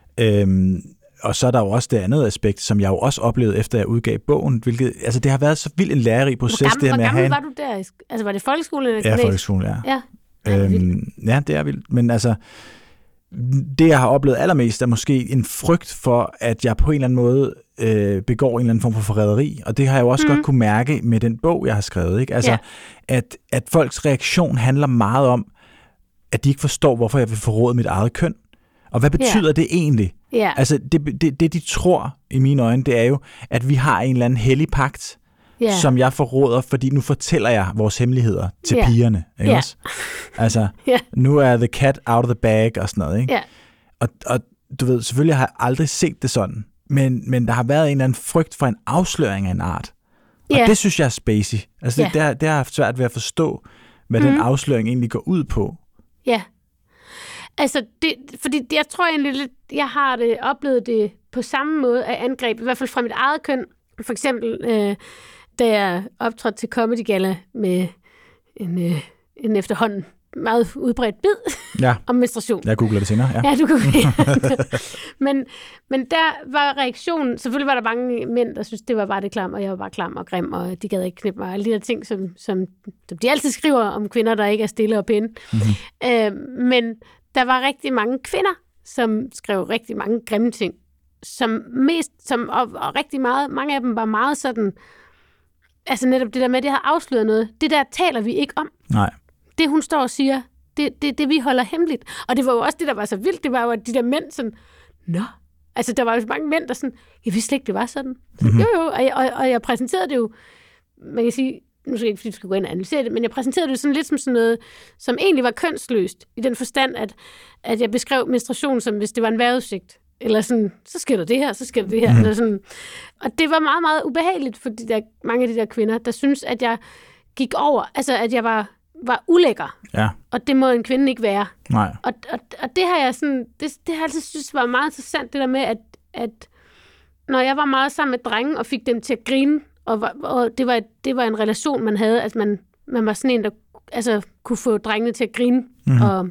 Og så er der jo også det andet aspekt, som jeg jo også oplevede, efter jeg udgav bogen, hvilket, altså det har været så vild en lærerig proces. Hvor gammel var du der? Altså var det folkeskolen eller ja, folkeskolen, ja. Ja, det er vildt. Men altså, det jeg har oplevet allermest, er måske en frygt for, at jeg på en eller anden måde begår en eller anden form for forræderi, og det har jeg jo også godt kunne mærke med den bog, jeg har skrevet, ikke? Altså, at folks reaktion handler meget om, at de ikke forstår, hvorfor jeg vil forråde mit eget køn. Og hvad betyder det egentlig? Altså, det de tror, i mine øjne, det er jo, at vi har en eller anden hellig pagt, som jeg forråder, fordi nu fortæller jeg vores hemmeligheder til pigerne. Ikke også? Altså, nu er the cat out of the bag og sådan noget. Ikke? Og du ved, selvfølgelig har jeg aldrig set det sådan, men der har været en eller anden frygt for en afsløring af en art. Og det synes jeg er spacey. Altså, det har jeg haft svært ved at forstå, hvad den afsløring egentlig går ud på. Ja. Altså, fordi jeg tror egentlig lidt, jeg har oplevet det på samme måde af angreb, i hvert fald fra mit eget køn. For eksempel, da jeg optrådte til Comedy Gala med en efterhånden meget udbredt bid om menstruation. Jeg googler det senere. Ja, du googler det. Men der var reaktionen, selvfølgelig var der mange mænd, der synes det var bare det klam, og jeg var bare klam og grim, og de gad ikke knippe mig, og alle de der ting, som de altid skriver om kvinder, der ikke er stille og pæne. Men der var rigtig mange kvinder, som skrev rigtig mange grimme ting, og rigtig meget, mange af dem var meget sådan, altså netop det der med, at det har afsløret noget. Det der taler vi ikke om. Nej. Det, hun står og siger, det vi holder hemmeligt. Og det var jo også det, der var så vildt, det var jo, at de der mænd sådan, altså der var jo mange mænd, der sådan, jeg vidste ikke, det var sådan. Jo, og jeg præsenterede det jo, man kan sige, nu skal jeg ikke, fordi du skal gå ind og analysere det, men jeg præsenterede det sådan lidt som sådan noget, som egentlig var kønsløst, i den forstand, at jeg beskrev menstruation som, hvis det var en vejrudsigt. Eller sådan, så sker der det her, så sker der det her. Eller sådan. Og det var meget, meget ubehageligt for mange af de der kvinder, der synes, at jeg gik over, altså at jeg var ulækker. Ja. Og det må en kvinde ikke være. Nej. Og det har jeg sådan, det har jeg altid synes var meget interessant, det der med, at når jeg var meget sammen med drenge, og fik dem til at grine, og det var en relation, man havde, altså man var sådan en, der altså, kunne få drengene til at grine. Og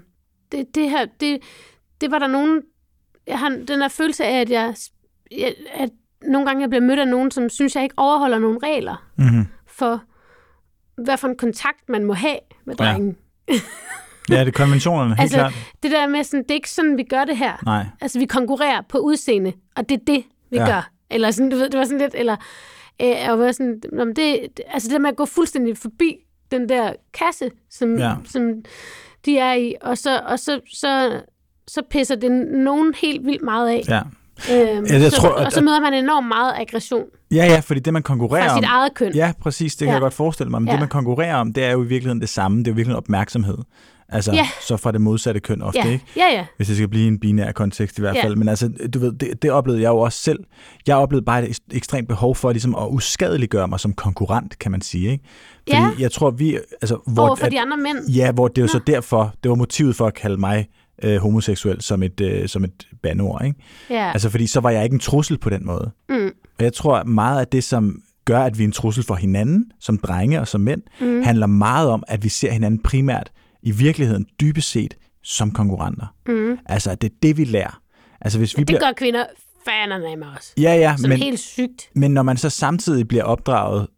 det var der nogen, jeg har den der følelse af, at nogle gange jeg bliver mødt af nogen, som synes, jeg ikke overholder nogle regler for, hvad for en kontakt man må have med drengen. Ja, det er konventionerne, helt klart. Det der med, sådan, det er ikke sådan, vi gør det her. Nej. Altså, vi konkurrerer på udseende, og det er det, vi gør. Eller sådan, du ved, det var sådan lidt, eller og sådan, altså det der med at gå fuldstændig forbi den der kasse, som de er i, og så pisser det nogen helt vildt meget af. Ja. Og så møder man enormt meget aggression. Ja, fordi det, man konkurrerer om... Fra sit eget køn. Ja, præcis, det kan jeg godt forestille mig. Men det, man konkurrerer om, det er jo i virkeligheden det samme. Det er jo virkelig opmærksomhed. Altså, så fra det modsatte køn ofte, ikke? Ja. Hvis det skal blive en binær kontekst i hvert fald. Men altså, du ved, det oplevede jeg jo også selv. Jeg oplevede bare et ekstremt behov for ligesom at uskadeliggøre mig som konkurrent, kan man sige, ikke? Fordi jeg tror, vi... Altså, overfor de andre mænd? Ja, hvor det er jo så derfor, det var motivet for at kalde mig homoseksuel som et bandeord, ikke? Yeah. Altså, fordi så var jeg ikke en trussel på den måde. Og jeg tror, meget af det, som gør, at vi er en trussel for hinanden, som drenge og som mænd, handler meget om, at vi ser hinanden primært i virkeligheden dybest set som konkurrenter. Altså, det er det, vi lærer. Altså, hvis vi det gør kvinder fanerne med os. Ja, som helt sygt. Men når man så samtidig bliver opdraget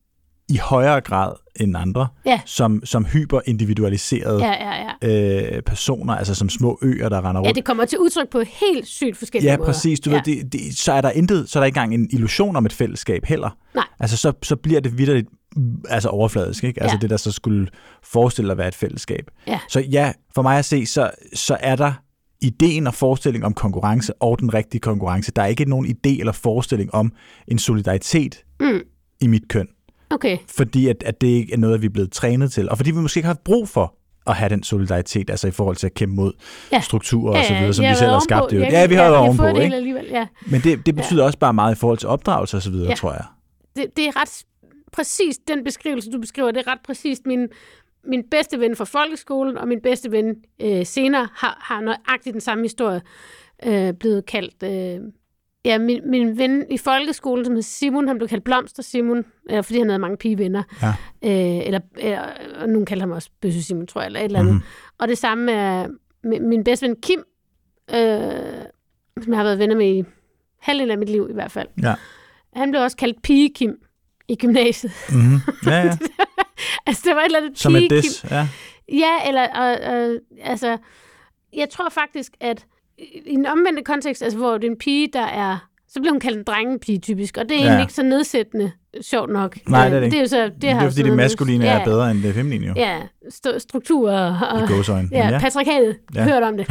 i højere grad end andre, som hyperindividualiserede personer, altså som små øer, der render rundt. Ja, det kommer til udtryk på helt sygt forskellige måder. Ja, præcis. Du ved, så er der ikke engang en illusion om et fællesskab heller. Nej. Altså, så bliver det vitterligt overfladisk, ikke? Altså det, der så skulle forestille at være et fællesskab. Ja. Så ja, for mig at se, så er der ideen og forestilling om konkurrence og den rigtige konkurrence. Der er ikke nogen idé eller forestilling om en solidaritet i mit køn. Okay. Fordi at det ikke er noget, vi er blevet trænet til. Og fordi vi måske ikke har haft brug for at have den solidaritet, altså i forhold til at kæmpe mod strukturer og så videre, som vi selv har skabt. Ja, vi har været ovenpå, ikke? Alligevel, ja. Men det betyder også bare meget i forhold til opdragelse og så videre, tror jeg. Det er ret præcis den beskrivelse, du beskriver. Det er ret præcist min bedste ven fra folkeskolen og min bedste ven senere har nøjagtigt den samme historie blevet kaldt... min ven i folkeskolen, som hed Simon, han blev kaldt Blomster Simon, fordi han havde mange pigevenner. Ja. Og nogen kaldte ham også Bøsse Simon, tror jeg, eller et eller andet. Og det samme er min bedste ven Kim, som jeg har været venner med i halvdelen af mit liv i hvert fald. Ja. Han blev også kaldt Pige Kim i gymnasiet. Ja. Altså, det var et eller andet som et diss, ja. Ja, eller altså, jeg tror faktisk, at i en omvendte kontekst, altså hvor det er en pige, der er, så bliver hun kaldt en drengepige typisk, og det er egentlig ikke så nedsættende, sjovt nok. Nej, det er det ikke. Det er jo så, det er fordi det maskuline er bedre end det feminine jo. Ja, strukturer og patriarkatet, hørt om det.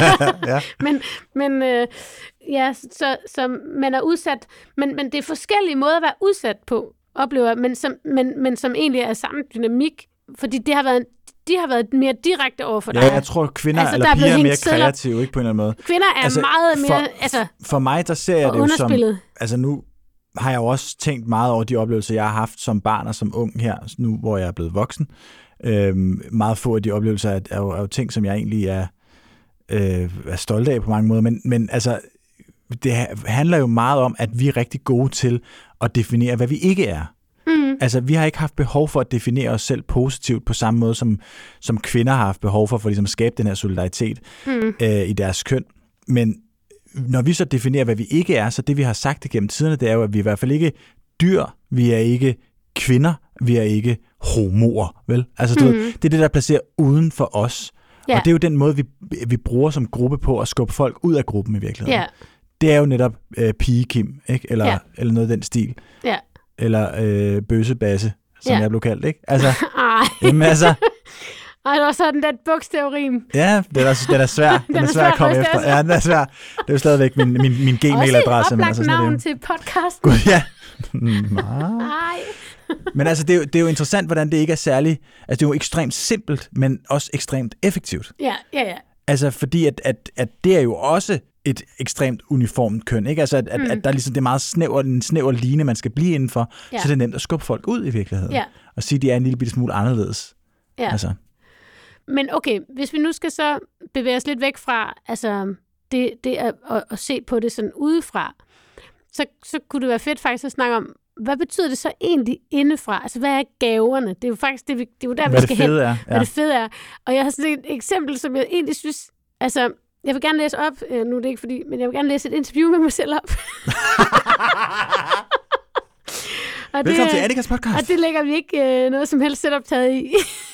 Men så man er udsat, men det er forskellige måder at være udsat på, oplever, men som egentlig er samme dynamik, fordi de har været mere direkte over for dig. Ja, jeg tror, kvinder eller piger er mere kreative, ikke på en eller anden måde. Kvinder er meget mere... For mig, der ser jeg det jo som... Altså nu har jeg jo også tænkt meget over de oplevelser, jeg har haft som barn og som ung her, nu hvor jeg er blevet voksen. Meget få af de oplevelser er jo ting, som jeg egentlig er stolt af på mange måder. Men altså, det handler jo meget om, at vi er rigtig gode til at definere, hvad vi ikke er. Altså, vi har ikke haft behov for at definere os selv positivt på samme måde, som kvinder har haft behov for ligesom at skabe den her solidaritet i deres køn. Men når vi så definerer, hvad vi ikke er, så det vi har sagt igennem tiderne, det er jo, at vi er i hvert fald ikke dyr, vi er ikke kvinder, vi er ikke homoer, vel? Altså, det er det, der placerer uden for os. Ja. Og det er jo den måde, vi bruger som gruppe på at skubbe folk ud af gruppen i virkeligheden. Ja. Det er jo netop Pige Kim, ikke? Eller noget af den stil. Ja. Eller Bøssebasse, som jeg blev kaldt, ikke? Altså, jamen, altså... Ej, det var sådan den bogstavrim. Ja, den er svær. Den er svær at komme efter. Ja, den er svær. Det er jo stadigvæk min Gmail-adresse. Også et oplagt navn til podcasten. Gud, ja. Nej. Men altså, det er jo interessant, hvordan det ikke er særlig... Altså, det er jo ekstremt simpelt, men også ekstremt effektivt. Ja. Altså, fordi at det er jo også et ekstremt uniformt køn, ikke? Altså, at der er ligesom, det er meget en snæver line, man skal blive indenfor, så det er nemt at skubbe folk ud i virkeligheden. Ja. Og sige, at de er en lille bitte smule anderledes. Ja. Altså. Men okay, hvis vi nu skal så bevæge os lidt væk fra altså, det at se på det sådan udefra, så kunne det være fedt faktisk at snakke om, hvad betyder det så egentlig indefra? Altså, hvad er gaverne? Det er jo faktisk det er jo der, vi skal hen. Hvad det fede er. Og jeg har sådan et eksempel, som jeg egentlig synes... Altså, jeg vil gerne læse op, nu er det ikke fordi, men jeg vil gerne læse et interview med mig selv op. Velkommen til Annikas podcast. Og det lægger vi ikke noget som helst setoptaget i.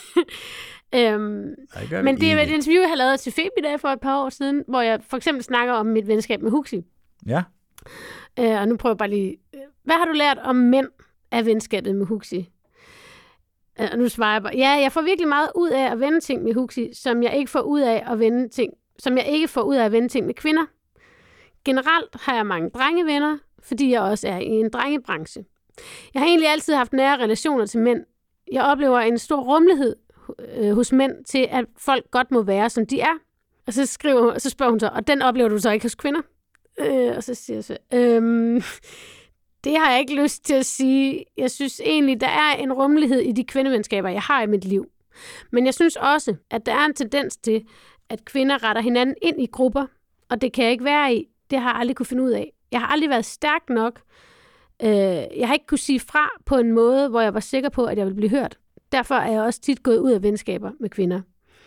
Men det er et interview, jeg har lavet til Febidag for et par år siden, hvor jeg for eksempel snakker om mit venskab med Huxi. Ja. Og nu prøver jeg bare lige... Hvad har du lært om mænd af venskabet med Huxi? Og nu svarer jeg bare... Ja, jeg får virkelig meget ud af at vende ting med Huxi, som jeg ikke får ud af at vende ting med kvinder. Generelt har jeg mange drengevenner, fordi jeg også er i en drengebranche. Jeg har egentlig altid haft nære relationer til mænd. Jeg oplever en stor rummelighed hos mænd til, at folk godt må være, som de er. Og så spørger hun så, og den oplever du så ikke hos kvinder? Og så siger jeg så, det har jeg ikke lyst til at sige. Jeg synes egentlig, der er en rummelighed i de kvindevenskaber, jeg har i mit liv. Men jeg synes også, at der er en tendens til, at kvinder retter hinanden ind i grupper, og det kan jeg ikke være i. Det har jeg aldrig kunne finde ud af. Jeg har aldrig været stærk nok. Jeg har ikke kunne sige fra på en måde, hvor jeg var sikker på, at jeg ville blive hørt. Derfor er jeg også tit gået ud af venskaber med kvinder.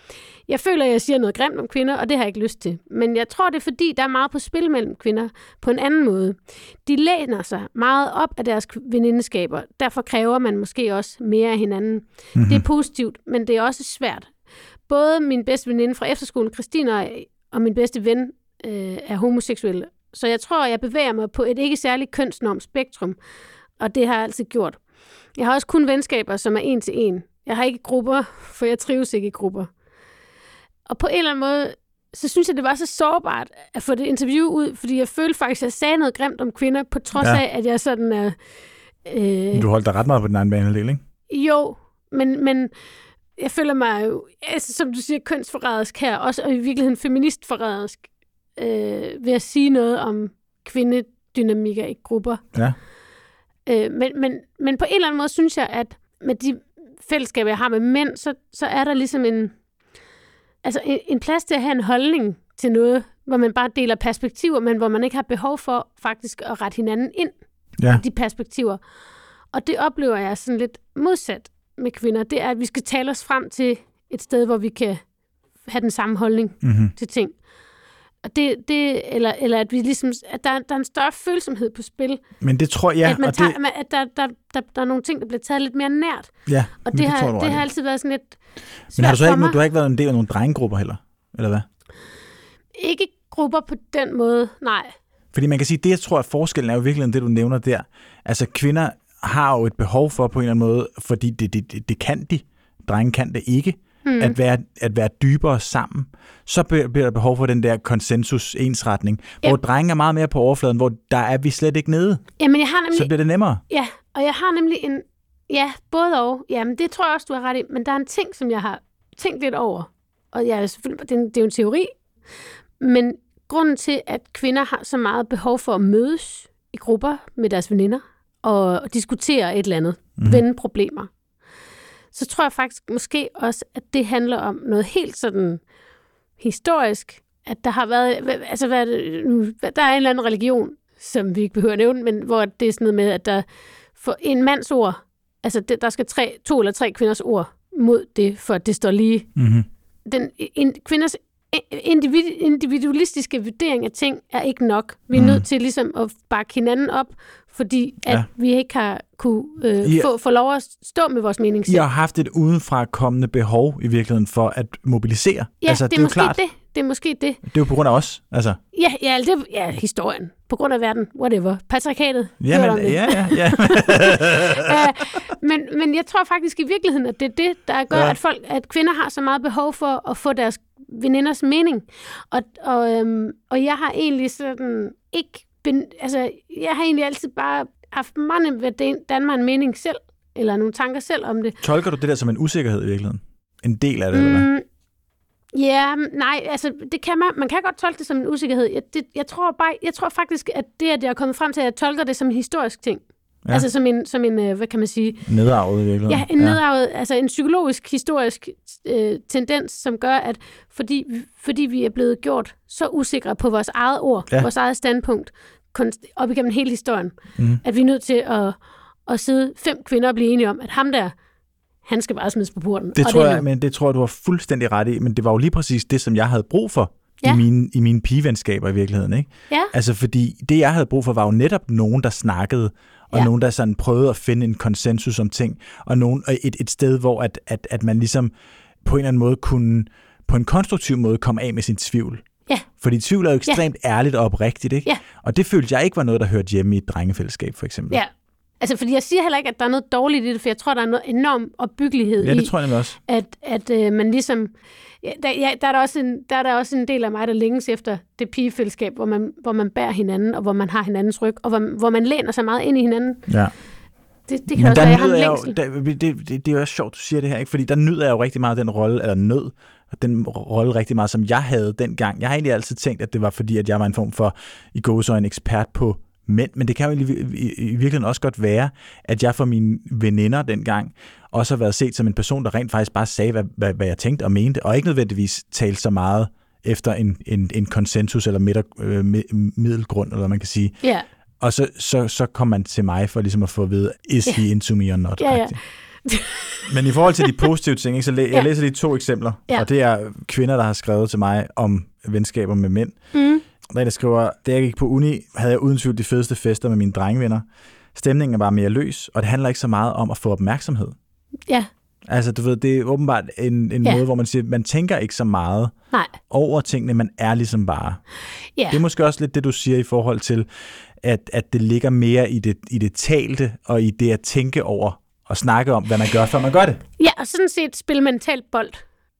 Jeg føler, at jeg siger noget grimt om kvinder, og det har jeg ikke lyst til. Men jeg tror, det er fordi, der er meget på spil mellem kvinder på en anden måde. De læner sig meget op af deres venindeskaber. Derfor kræver man måske også mere af hinanden. Mm-hmm. Det er positivt, men det er også svært. Både min bedste veninde fra efterskolen, Christina, og min bedste ven er homoseksuelle. Så jeg tror, jeg bevæger mig på et ikke særligt kønsnormt spektrum, og det har jeg altid gjort. Jeg har også kun venskaber, som er 1 til 1. Jeg har ikke grupper, for jeg trives ikke i grupper. Og på en eller anden måde, så synes jeg, det var så sårbart at få det interview ud, fordi jeg følte faktisk, at jeg sagde noget grimt om kvinder, på trods af, at jeg sådan er... Du holdt dig ret meget på den anden banehalvdel, ikke? Jo, men jeg føler mig jo, altså, som du siger, kønsforrædersk her, også, og i virkeligheden feministforrædersk, ved at sige noget om kvindedynamikker i grupper. Ja. Men på en eller anden måde synes jeg, at med de fællesskaber, jeg har med mænd, så er der ligesom en plads til at have en holdning til noget, hvor man bare deler perspektiver, men hvor man ikke har behov for faktisk at rette hinanden ind i de perspektiver. Og det oplever jeg sådan lidt modsat med kvinder. Det er, at vi skal tale os frem til et sted, hvor vi kan have den samme holdning til ting. Og eller at vi ligesom, at der er en større følsomhed på spil. Men det tror jeg, at der er nogle ting, der bliver taget lidt mere nært. Ja, og det har altid været sådan lidt svært. Men du har ikke været en del af nogle drengegrupper heller, eller hvad? Ikke grupper på den måde, nej. Fordi man kan sige, det jeg tror, at forskellen er jo virkelig det, du nævner der. Altså kvinder har jo et behov for på en eller anden måde, fordi det kan de. Drenge kan det ikke. At være dybere sammen, så bliver der behov for den der konsensus-ensretning, hvor drenge er meget mere på overfladen, hvor der er vi slet ikke nede. Jamen, jeg har nemlig, så bliver det nemmere. Ja, og jeg har nemlig både og. Jamen, det tror jeg også, du har ret i, men der er en ting, som jeg har tænkt lidt over, og det er jo en teori, men grunden til, at kvinder har så meget behov for at mødes i grupper med deres veninder, og diskutere et eller andet, vende problemer, så tror jeg faktisk måske også, at det handler om noget helt sådan historisk, at der har været, der er en eller anden religion, som vi ikke behøver at nævne, men hvor det er sådan noget med, at der for en mands ord, altså der skal 2 eller 3 kvinders ord mod det, for at det står lige. Mm-hmm. Kvinders individualistiske vurdering af ting er ikke nok. Vi er nødt til ligesom at bakke hinanden op, fordi at vi ikke har kunne få lov at stå med vores mening selv. I har haft et udenfra kommende behov i virkeligheden for at mobilisere. Ja, altså, det er måske klart. Det er måske det. Det er jo på grund af os, altså. Ja, historien. På grund af verden. Whatever. Patriarkatet. Ja. Men jeg tror faktisk i virkeligheden, at det er det, der gør, at kvinder har så meget behov for at få deres veninders mening. Og jeg har egentlig sådan ikke... jeg har egentlig altid bare haft mange ved Danmark en mening selv, eller nogle tanker selv om det. Tolker du det der som en usikkerhed i virkeligheden? En del af det, eller hvad? Ja, nej, altså det kan man kan godt tolke det som en usikkerhed. Jeg tror faktisk, at det, at jeg er kommet frem til, at jeg tolker det som en historisk ting. Ja. Altså som en, hvad kan man sige? Nedarvet i virkeligheden. Ja, en nedarvet, altså en psykologisk, historisk tendens, som gør, at fordi vi er blevet gjort så usikre på vores eget ord, vores eget standpunkt, op igennem hele historien, at vi er nødt til at sidde 5 kvinder og blive enige om, at ham der, han skal bare smides på porten. Det tror jeg, du har fuldstændig ret i, men det var jo lige præcis det, som jeg havde brug for i mine pigevenskaber i virkeligheden, ikke? Ja. Altså, fordi det, jeg havde brug for, var jo netop nogen, der snakkede, og nogen, der sådan prøvede at finde en konsensus om ting, og et sted, hvor at man ligesom på en eller anden måde kunne, på en konstruktiv måde, komme af med sin tvivl. Ja. Fordi tvivl er jo ekstremt ærligt og oprigtigt, ikke? Ja. Og det følte jeg ikke var noget, der hørte hjemme i et drengefællesskab, for eksempel. Ja. Altså, fordi jeg siger heller ikke, at der er noget dårligt i det, for jeg tror, der er noget enorm opbyggelighed i, det tror jeg også. At man ligesom... Der er der også en del af mig, der længes efter det pigefællesskab, hvor man bærer hinanden, og hvor man har hinandens ryg, og hvor man læner sig meget ind i hinanden. Ja. Det kan også være, jeg har en længsel. Det er jo også sjovt, du siger det her, ikke? Fordi der nyder jeg jo rigtig meget den rolle rigtig meget, som jeg havde dengang. Jeg har egentlig altid tænkt, at det var fordi, at jeg var en form for, i gåseøjne, ekspert på mænd, men det kan jo i virkeligheden også godt være, at jeg for mine veninder dengang også har været set som en person, der rent faktisk bare sagde, hvad jeg tænkte og mente, og ikke nødvendigvis talte så meget efter en konsensus eller middelgrund, eller hvad man kan sige. Ja. Og så kom man til mig for ligesom at få at vide, is he into me or not? Ja. Men i forhold til de positive ting, ikke, så jeg læser lige 2 eksempler, og det er kvinder, der har skrevet til mig om venskaber med mænd. Der er der skriver, da jeg gik på uni, havde jeg uden tvivl de fedeste fester med mine drengevenner. Stemningen var mere løs, og det handler ikke så meget om at få opmærksomhed. Ja. Altså, du ved, det er åbenbart en måde, hvor man siger, man tænker ikke så meget over tingene, man er ligesom bare. Ja. Det er måske også lidt det, du siger i forhold til, at det ligger mere i det talte, og i det at tænke over og snakke om, hvad man gør, før man gør det. Ja, og sådan set spille mentalt bold.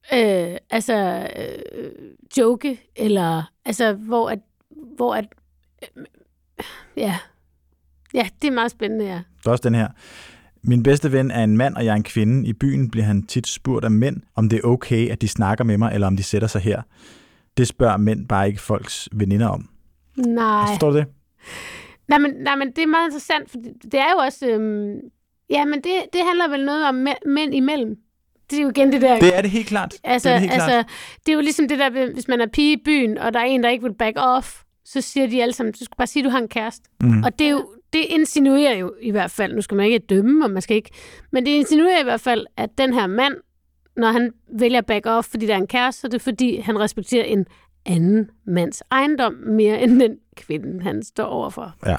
Joke, eller altså, hvor at ja, det er meget spændende, ja. Der er også den her. Min bedste ven er en mand, og jeg er en kvinde. I byen bliver han tit spurgt af mænd, om det er okay, at de snakker med mig, eller om de sætter sig her. Det spørger mænd bare ikke folks veninder om. Nej. Forstår du det? Nej, men det er meget interessant, for det er jo også... men det handler vel noget om mænd imellem. Det er jo igen det der... Det er det helt klart. Altså, det er jo ligesom det der, hvis man er pige i byen, og der er en, der ikke vil back off, så siger de alle sammen, du skal bare sige, du har en kæreste. Og det er jo... Det insinuerer jo i hvert fald, nu skal man ikke dømme, og man skal ikke... Men det insinuerer i hvert fald, at den her mand, når han vælger back off, fordi der er en kæreste, så er det fordi, han respekterer en anden mands ejendom mere end den kvinde, han står overfor. Ja.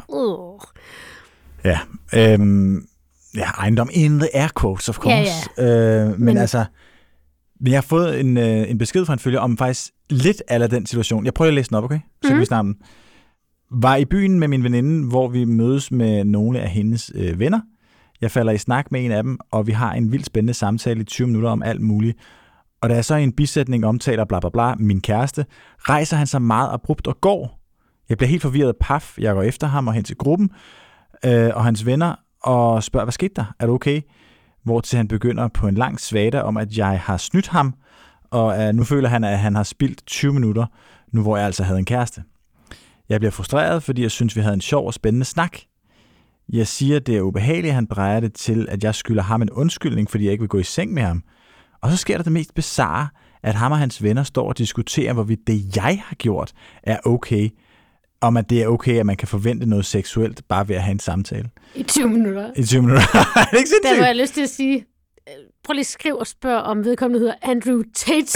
Ja, ejendom in the air quotes, of course. Ja. Men altså, jeg har fået en besked fra en følger om faktisk lidt af den situation. Jeg prøver at læse den op, okay? Så kan vi snakke den. Var i byen med min veninde, hvor vi mødes med nogle af hendes venner. Jeg falder i snak med en af dem, og vi har en vildt spændende samtale i 20 minutter om alt muligt. Og da jeg så i en bisætning omtaler bla bla bla min kæreste, rejser han sig meget abrupt og går. Jeg bliver helt forvirret paf. Jeg går efter ham og hen til gruppen og hans venner og spørger, hvad skete der? Er du okay? Hvortil han begynder på en lang svada om, at jeg har snydt ham, og nu føler han, at han har spildt 20 minutter, nu hvor jeg altså havde en kæreste. Jeg bliver frustreret, fordi jeg synes, vi havde en sjov og spændende snak. Jeg siger, det er ubehageligt, at han drejer det til, at jeg skylder ham en undskyldning, fordi jeg ikke vil gå i seng med ham. Og så sker der det mest bizarre, at ham og hans venner står og diskuterer, hvorvidt det, jeg har gjort, er okay. Om at det er okay, at man kan forvente noget seksuelt, bare ved at have en samtale. I 20 minutter. I 20 minutter. Er det ikke sindssygt? Der var jeg lyst til at sige, prøv lige at skrive og spørge, om vedkommende hedder Andrew Tate.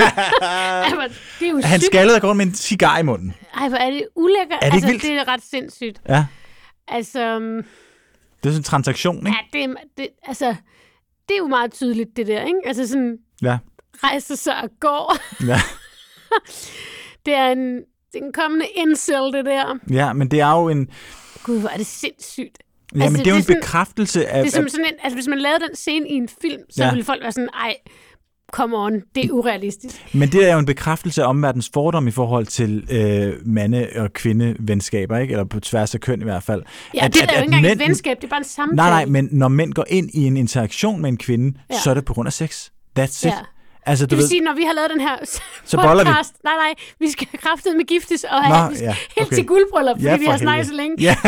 Det er jo han skaldede og går med en cigar i munden. Ej, hvor er det ulækkert. Er det ikke vildt? Det er ret sindssygt. Ja. Altså... Det er sådan en transaktion, ikke? Ja, det er jo meget tydeligt, det der, ikke? Altså sådan... Ja. Rejser sig og går. Ja. Det er en kommende incel, det der. Ja, men det er jo en... Gud, hvor er det sindssygt. Ja, altså, men det er jo en bekræftelse af... Det er som sådan en... Altså, hvis man lavede den scene i en film, så ville folk være sådan, ej, come on, det er urealistisk. Men det er jo en bekræftelse af omverdens fordom i forhold til mande- og kvindevenskaber, ikke? Eller på tværs af køn i hvert fald. Ja, det er jo ikke engang et venskab, det er bare en samtale. Nej, men når mænd går ind i en interaktion med en kvinde, så er det på grund af sex. That's it. Altså, det vil sige, når vi har lavet den her så podcast, nej, vi skal kraftet med giftes og have helt til guldbryllup, fordi vi har snakket så længe. Ja.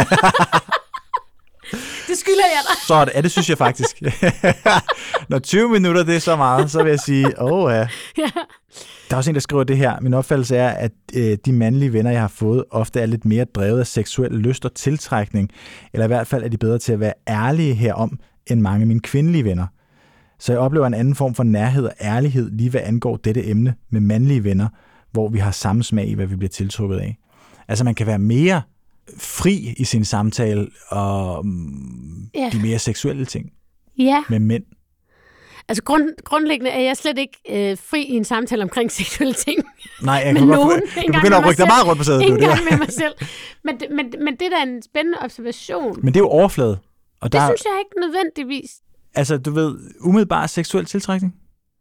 Det skylder jeg dig. Så er det synes jeg faktisk. Når 20 minutter, det er så meget, så vil jeg sige, ja. Der er også en, der skriver det her. Min opfattelse er, at de mandlige venner, jeg har fået, ofte er lidt mere drevet af seksuel lyst og tiltrækning, eller i hvert fald er de bedre til at være ærlige herom, end mange af mine kvindelige venner. Så jeg oplever en anden form for nærhed og ærlighed, lige hvad angår dette emne med mandlige venner, hvor vi har samme smag i, hvad vi bliver tiltrukket af. Altså man kan være mere fri i sin samtale og de mere seksuelle ting med mænd. Altså grundlæggende er jeg slet ikke fri i en samtale omkring seksuelle ting. Nej, jeg kan godt du begynder at rykke dig meget rundt på sædet. Ikke engang med mig selv. Men det er da en spændende observation. Men det er jo overflade. Og det synes jeg ikke nødvendigvis. Altså, du ved, umiddelbart seksuel tiltrækning?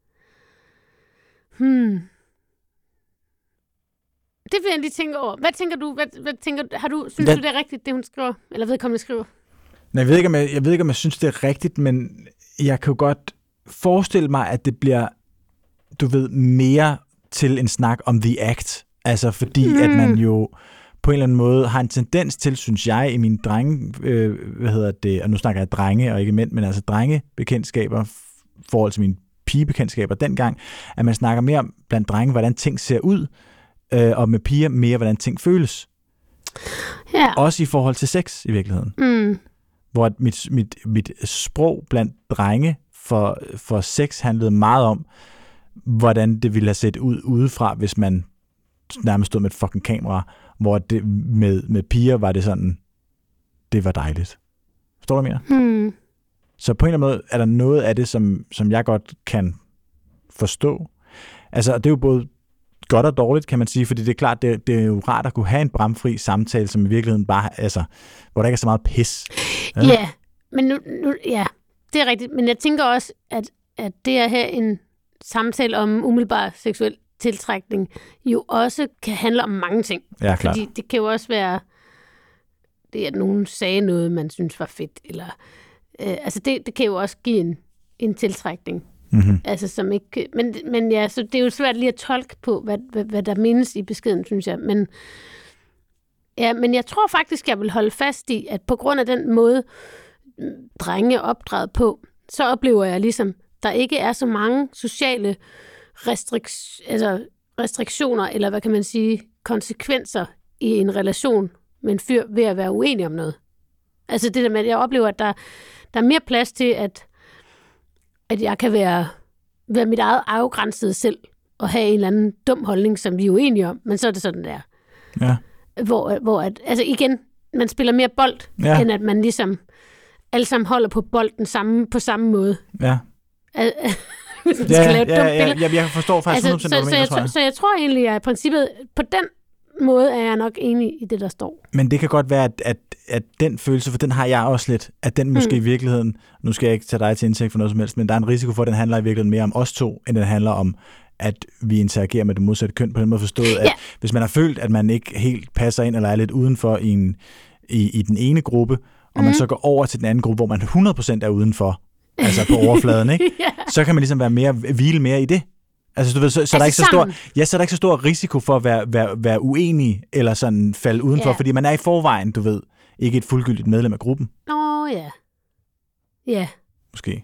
Det vil jeg lige tænke over. Hvad tænker du? Synes du, det er rigtigt, det hun skriver? Eller vedkommende skriver? Nej, jeg ved ikke, om jeg synes, det er rigtigt, men jeg kan jo godt forestille mig, at det bliver, du ved, mere til en snak om the act. Altså, fordi at man jo på en eller anden måde har en tendens til, synes jeg, i mine drenge, og nu snakker jeg drenge og ikke mænd, men altså drengebekendtskaber, forhold til mine pigebekendtskaber dengang, at man snakker mere om blandt drenge, hvordan ting ser ud, og med piger mere, hvordan ting føles. Ja. Også i forhold til sex, i virkeligheden. Hvor mit sprog blandt drenge for sex handlede meget om, hvordan det ville have set ud udefra, hvis man nærmest stod med et fucking kamera, hvor det med piger var det sådan, det var dejligt. Forstår du, hvad jeg mener? Så på en eller anden måde er der noget af det, som jeg godt kan forstå. Altså, det er jo både godt og dårligt, kan man sige, fordi det er klart, det er jo rart at kunne have en bramfri samtale, som i virkeligheden bare, altså, hvor der ikke er så meget pis. Ja, men nu, det er rigtigt. Men jeg tænker også, at det at have en samtale om umiddelbar seksuel tiltrækning jo også kan handle om mange ting. Ja, klart. Fordi det kan jo også være det, at nogen sagde noget, man synes var fedt, eller altså det kan jo også give en tiltrækning. Mm-hmm. Altså som ikke, men ja, så det er jo svært lige at tolke på, hvad der menes i beskeden, synes jeg. Men jeg tror faktisk, jeg vil holde fast i, at på grund af den måde, drenge er opdraget på, så oplever jeg ligesom, der ikke er så mange sociale restriktioner, eller hvad kan man sige, konsekvenser i en relation med en fyr ved at være uenig om noget. Altså det der med, at jeg oplever, at der er mere plads til, at jeg kan være mit eget afgrænsede selv, og have en eller anden dum holdning, som vi er uenige om, men så er det sådan der. Ja. Hvor at, altså igen, man spiller mere bold, end at man ligesom alle sammen holder på bolden på samme måde. Ja. Hvis man skal lave et dumt billede. Jeg forstår faktisk 100%, hvad du mener, tror jeg. Så jeg tror egentlig, at i princippet, på den måde er jeg nok enig i det, der står. Men det kan godt være, at den følelse, for den har jeg også lidt, at den måske i virkeligheden, nu skal jeg ikke tage dig til indtægt for noget som helst, men der er en risiko for, at den handler i virkeligheden mere om os to, end den handler om, at vi interagerer med det modsatte køn, på den måde forstået, at hvis man har følt, at man ikke helt passer ind, eller er lidt udenfor i den ene gruppe, og man så går over til den anden gruppe, hvor man 100% er udenfor, altså på overfladen, ikke? Så kan man ligesom hvile mere i det. Altså, du ved, så er der ikke så stor, så er der ikke så stor risiko for at være uenig, eller sådan falde udenfor, fordi man er i forvejen, du ved, ikke et fuldgyldigt medlem af gruppen. Ja. Ja. Måske.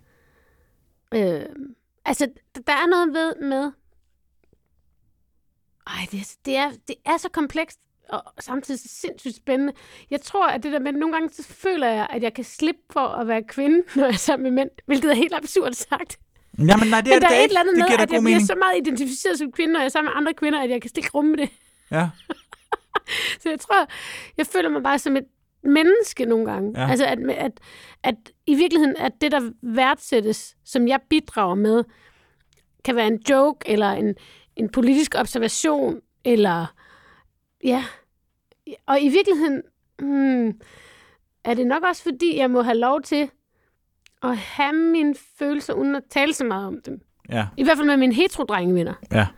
Altså, der er noget med... det er så komplekst, og samtidig så sindssygt spændende. Jeg tror, at det der med, nogle gange så føler jeg, at jeg kan slippe for at være kvinde, når jeg er sammen med mænd, hvilket er helt absurd sagt. Jamen, nej, det er, men der er et eller andet med, at jeg bliver så meget identificeret som kvinde, når jeg er sammen med andre kvinder, at jeg kan stikke rumme med det. Ja. Så jeg tror, jeg føler mig bare som et menneske nogle gange. Ja. Altså, at i virkeligheden, at det, der værdsættes, som jeg bidrager med, kan være en joke, eller en politisk observation, eller... Ja. Og i virkeligheden er det nok også, fordi jeg må have lov til at have mine følelser, uden at tale så meget om dem. Ja. I hvert fald med mine hetero-drengevenner. Ja.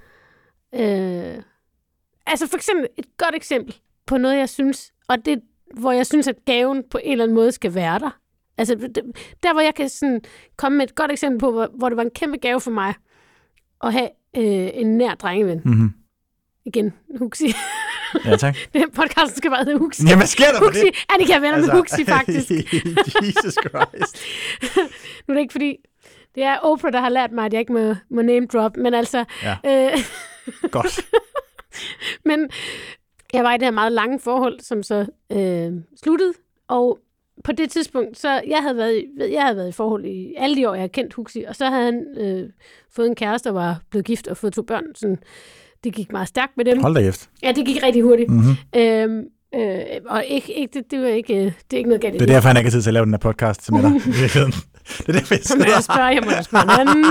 Altså for eksempel, et godt eksempel på noget, jeg synes, og det, hvor jeg synes, at gaven på en eller anden måde skal være der. Altså der, hvor jeg kan sådan komme med et godt eksempel på, hvor det var en kæmpe gave for mig at have en nær drengeven. Mm-hmm. Igen, Huxi. Ja, tak. Den podcast skal bare hedde Huxi. Ja, hvad sker der for det? Annika er venner med Huxi, faktisk. Jesus Christ. Nu er det ikke fordi, det er Oprah, der har lært mig, at jeg ikke må name drop, men altså... Ja. Godt. Men jeg var i det her meget lange forhold, som så sluttede, og på det tidspunkt, så jeg havde været i forhold i alle de år, jeg har kendt Huxi, og så havde han fået en kæreste, og var blevet gift og fået 2 børn, sådan... Det gik meget stærkt med dem. Hold da efter. Ja, det gik rigtig hurtigt. Mm-hmm. Og det var ikke, det er ikke noget galt. Det er derfor, han ikke har tid til at lave den her podcast med dig. Det er derfor, jeg sidder. Jeg må spørge en anden.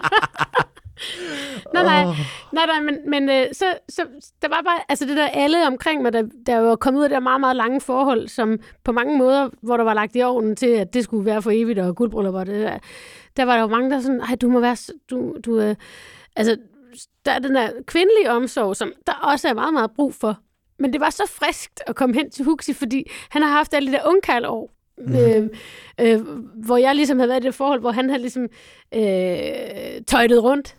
Nej, men så der var bare, altså det der alle omkring mig, der var kommet ud af det meget, meget lange forhold, som på mange måder, hvor der var lagt i ovnen til, at det skulle være for evigt, og guldbryllup og det der var der jo mange, der sådan, du må være, altså, der er den der kvindelige omsorg, som der også er meget, meget brug for. Men det var så friskt at komme hen til Huxi, fordi han har haft alle de der ungkarlår, hvor jeg ligesom havde været i det forhold, hvor han havde ligesom tøjtet rundt.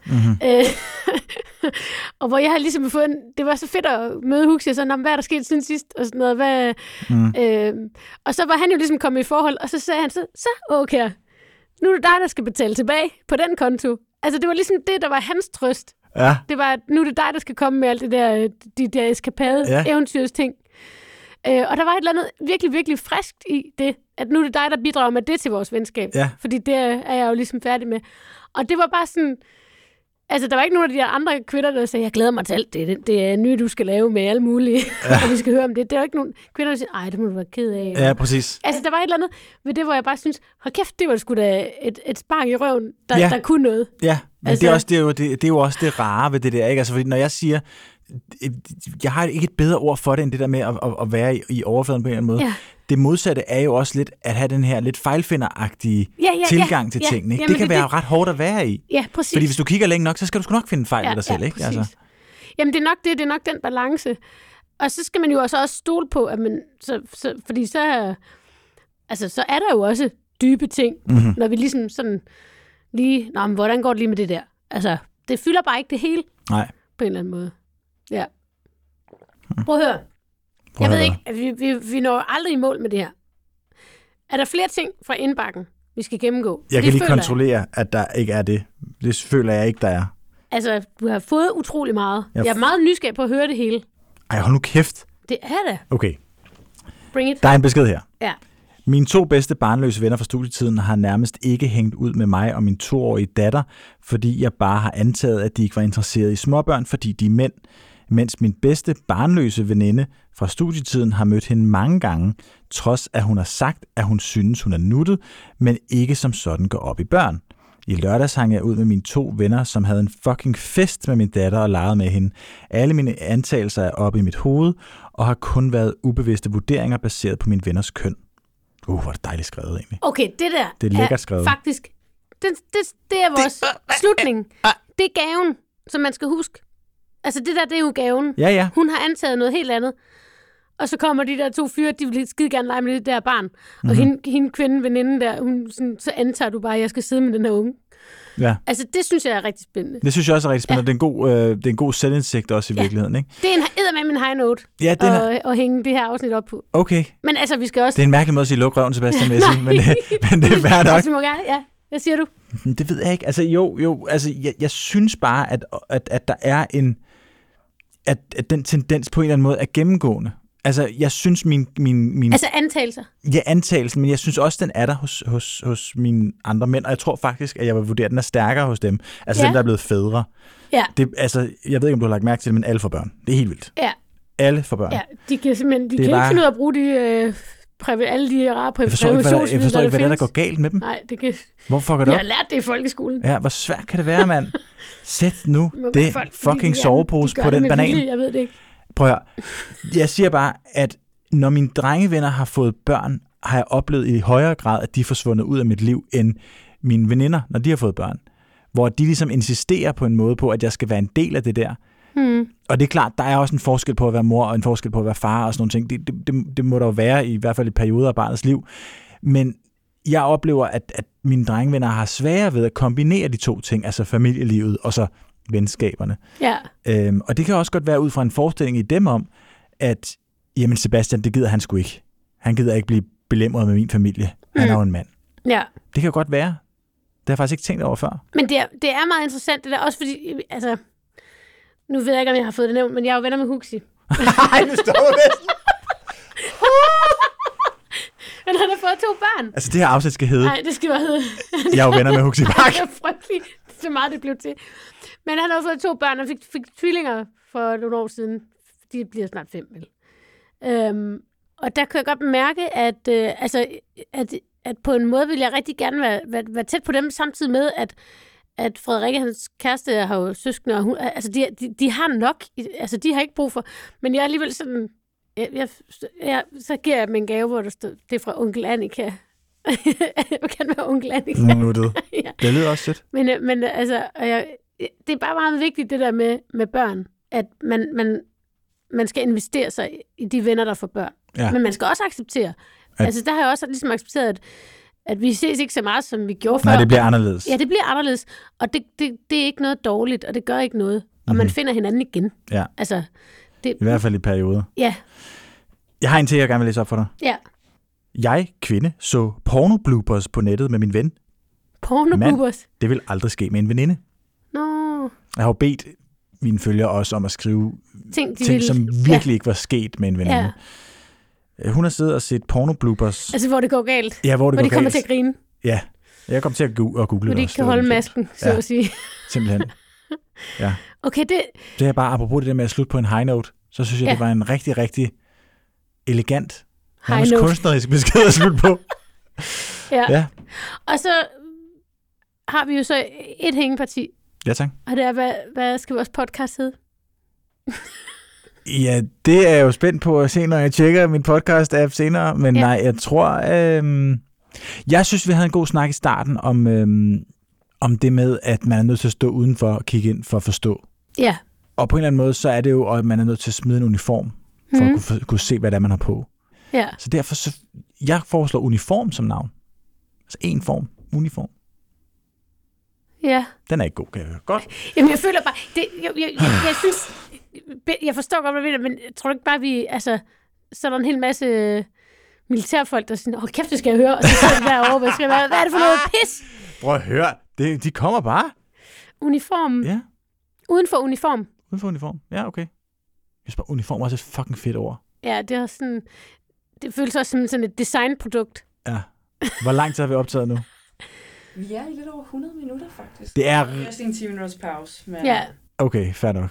Og hvor jeg havde ligesom fået det var så fedt at møde Huxi, og sådan, hvad er der sket siden sidst? Og sådan noget, og så var han jo ligesom kommet i forhold, og så sagde han, så okay, nu er det dig, der skal betale tilbage på den konto. Altså, det var ligesom det, der var hans trøst. Ja. Det var, at nu er det dig, der skal komme med alt det der, de der eskapade, eventyrs ting. Og der var et eller andet virkelig, virkelig friskt i det, at nu er det dig, der bidrager med det til vores venskab. Ja. Fordi det er jeg jo ligesom færdig med. Og det var bare sådan... Altså, der var ikke nogen af de der andre kvinder, der sagde, jeg glæder mig til alt det. Det er nyt, du skal lave med alle mulige, og vi skal høre om det. Det var ikke nogen kvinder, der sagde, ej, det må du være ked af. Ja, præcis. Altså, der var et eller andet ved det, hvor jeg bare synes, hold kæft, det var sgu da et spark i røven, der kunne noget. Ja, men altså, det er jo også det rare ved det der, ikke? Altså, fordi når jeg siger, jeg har ikke et bedre ord for det, end det der med at være i overfladen på en eller anden måde. Ja. Det modsatte er jo også lidt at have den her lidt fejlfinderagtige tilgang til tingene. Ikke? Det kan være ret hårdt at være i. Ja, præcis. Fordi hvis du kigger længe nok, så skal du sgu nok finde fejl i dig selv. Ikke? Altså. Jamen, det er nok den balance. Og så skal man jo også stole på, at man... Fordi så er der jo også dybe ting, når vi ligesom sådan lige... Nå, men hvordan går det lige med det der? Altså, det fylder bare ikke det hele. Nej. På en eller anden måde. Ja. Prøv at høre. Jeg ved ikke, at vi når aldrig i mål med det her. Er der flere ting fra indbakken, vi skal gennemgå? Jeg kan lige kontrollere, at der ikke er det. Det føler jeg ikke, der er. Altså, du har fået utrolig meget. Jeg er meget nysgerrig på at høre det hele. Ej, hold nu kæft. Det er det. Okay. Bring it. Der er en besked her. Ja. Mine 2 bedste barnløse venner fra studietiden har nærmest ikke hængt ud med mig og min 2-årige datter, fordi jeg bare har antaget, at de ikke var interesseret i småbørn, fordi de er mænd. Mens min bedste barnløse veninde fra studietiden har mødt hende mange gange, trods at hun har sagt, at hun synes, hun er nuttet, men ikke som sådan går op i børn. I lørdags hang jeg ud med mine 2 venner, som havde en fucking fest med min datter og legede med hende. Alle mine antagelser er oppe i mit hoved, og har kun været ubevidste vurderinger baseret på min venners køn. Hvor er det dejligt skrevet egentlig. Okay, det der det er lækkert skrevet. Faktisk, det er vores slutning. Det er gaven, som man skal huske. Altså det der, det er jo gaven. Ja. Hun har antaget noget helt andet. Og så kommer de der 2 fyre, de vil skide gerne lege med det der barn. Og hende kvinde, veninden der, hun sådan, så antager du bare, at jeg skal sidde med den her unge. Ja. Altså det synes jeg er rigtig spændende. Det synes jeg også er rigtig spændende. Ja. Det er en god selvindsigt også i virkeligheden, ikke? Det er eddermame en high note at hænge det her afsnit op på. Okay. Men altså, vi skal også... Det er en mærkelig måde at sige luk røven, Sebastian Messi, men det er værd nok. Altså, må gerne, ja. Hvad siger du? Det ved jeg ikke. Altså jo, altså jeg synes bare, at der er at den tendens på en eller anden måde er gennemgående. Altså, jeg synes min... Altså antagelser? Ja, antagelsen, men jeg synes også, den er der hos mine andre mænd, og jeg tror faktisk, at jeg vil vurdere, at den er stærkere hos dem. Altså dem, der er blevet fædre. Ja. Det, altså, jeg ved ikke, om du har lagt mærke til det, men alle får børn. Det er helt vildt. Ja. Alle får børn. Ja, de kan simpelthen ikke finde ud af at bruge alle de rare præventionsmidler, jeg forstår ikke, hvad der går galt med dem. Nej, det kan... Hvorfor går det op? Jeg har lært det i folkeskolen. Ja, hvor svært kan det være, mand? Sæt nu det fucking sovepose på den banan. Vilje, jeg ved det ikke. Prøv at høre. Jeg siger bare, at når mine drengevenner har fået børn, har jeg oplevet i højere grad, at de er forsvundet ud af mit liv, end mine veninder, når de har fået børn. Hvor de ligesom insisterer på en måde på, at jeg skal være en del af det der. Og det er klart, der er også en forskel på at være mor, og en forskel på at være far og sådan nogle ting. Det må der jo være, i hvert fald i perioder af barnets liv. Men jeg oplever, at mine drengevenner har sværere ved at kombinere de 2 ting, altså familielivet og så venskaberne. Ja. Og det kan også godt være ud fra en forestilling i dem om, at jamen Sebastian, det gider han sgu ikke. Han gider ikke blive belemret med min familie. Han er jo en mand. Ja. Det kan godt være. Det har jeg faktisk ikke tænkt over før. Men det er meget interessant, det der også fordi, altså, nu ved jeg ikke, om jeg har fået det nævnt, men jeg er jo venner med Huxi. Nej, nu stopper næsten. Men han har fået 2 børn. Altså det her afsnit skal hedde... Nej, det skal bare hedde... Jeg er jo venner med Huxi Bak. Det er frygteligt, så meget det blev til. Men han har fået 2 børn, og fik tvillinger for nogle år siden. De bliver snart 5, vel? Og der kan jeg godt mærke, at på en måde vil jeg rigtig gerne være tæt på dem, samtidig med, at Frederikke, hans kæreste, har jo søskende, og hun, altså de har nok, altså de har ikke brug for, men jeg er alligevel sådan, så giver jeg dem en gave, hvor der står, det er fra onkel Annika. Jeg kan være onkel Annika. Nuttet. Ja. Det lyder også sødt. Men altså, det er bare meget vigtigt, det der med børn, at man skal investere sig i de venner, der får børn. Ja. Men man skal også acceptere, altså der har jeg også ligesom accepteret, at vi ses ikke så meget, som vi gjorde før. Nej, det bliver anderledes. Ja, det bliver anderledes. Og det er ikke noget dårligt, og det gør ikke noget. Og man finder hinanden igen. Ja. Altså, i hvert fald i perioder. Ja. Jeg har en til, jeg gerne vil læse op for dig. Ja. Jeg, kvinde, så porno-bloopers på nettet med min ven. Porno-bloopers? Det vil aldrig ske med en veninde. Nå. Jeg har jo bedt mine følgere også om at skrive ting som virkelig ikke var sket med en veninde. Ja. Hun har siddet og set porno-bloopers. Altså, hvor det går galt. Ja, hvor det går de kommer galt. til at grine. Ja, jeg kom til at google det. Hvor de ikke kan holde masken, så at sige. Simpelthen. Ja. Okay, Det er bare, apropos det der med at slutte på en high note, så synes jeg, det var en rigtig, rigtig elegant, nærmest kunstnerisk besked at slutte på. Ja. Og så har vi jo så et hængeparti. Ja, tak. Og det er, hvad skal vores podcast hedde? Ja, det er jeg jo spændt på at se, når jeg tjekker min podcast-app senere. Men nej, jeg tror... jeg synes, vi havde en god snak i starten om det med, at man er nødt til at stå udenfor og kigge ind for at forstå. Ja. Og på en eller anden måde, så er det jo, at man er nødt til at smide en uniform, for at kunne se, hvad det er, man har på. Ja. Så derfor, jeg foreslår uniform som navn. Altså en form. Uniform. Ja. Den er ikke god, kan jeg høre. Godt. Jamen, jeg føler bare... Jeg synes... Jeg forstår godt, hvad du mener, men jeg tror ikke bare, vi... Altså, så er der en hel masse militærfolk, der siger, kæft, det skal jeg høre, og så sidder jeg derovre, hvad er det for noget pis? Prøv at høre. De kommer bare. Uniform. Ja. Uden for uniform. Uden for uniform. Ja, okay. Jeg synes bare, uniform er også et fucking fedt ord. Ja, det er sådan... Det føles også som sådan et designprodukt. Ja. Hvor lang tid har vi optaget nu? Vi er i lidt over 100 minutter, faktisk. Det er... Først en 10 minutters pause. Men... Ja. Okay, fair nok.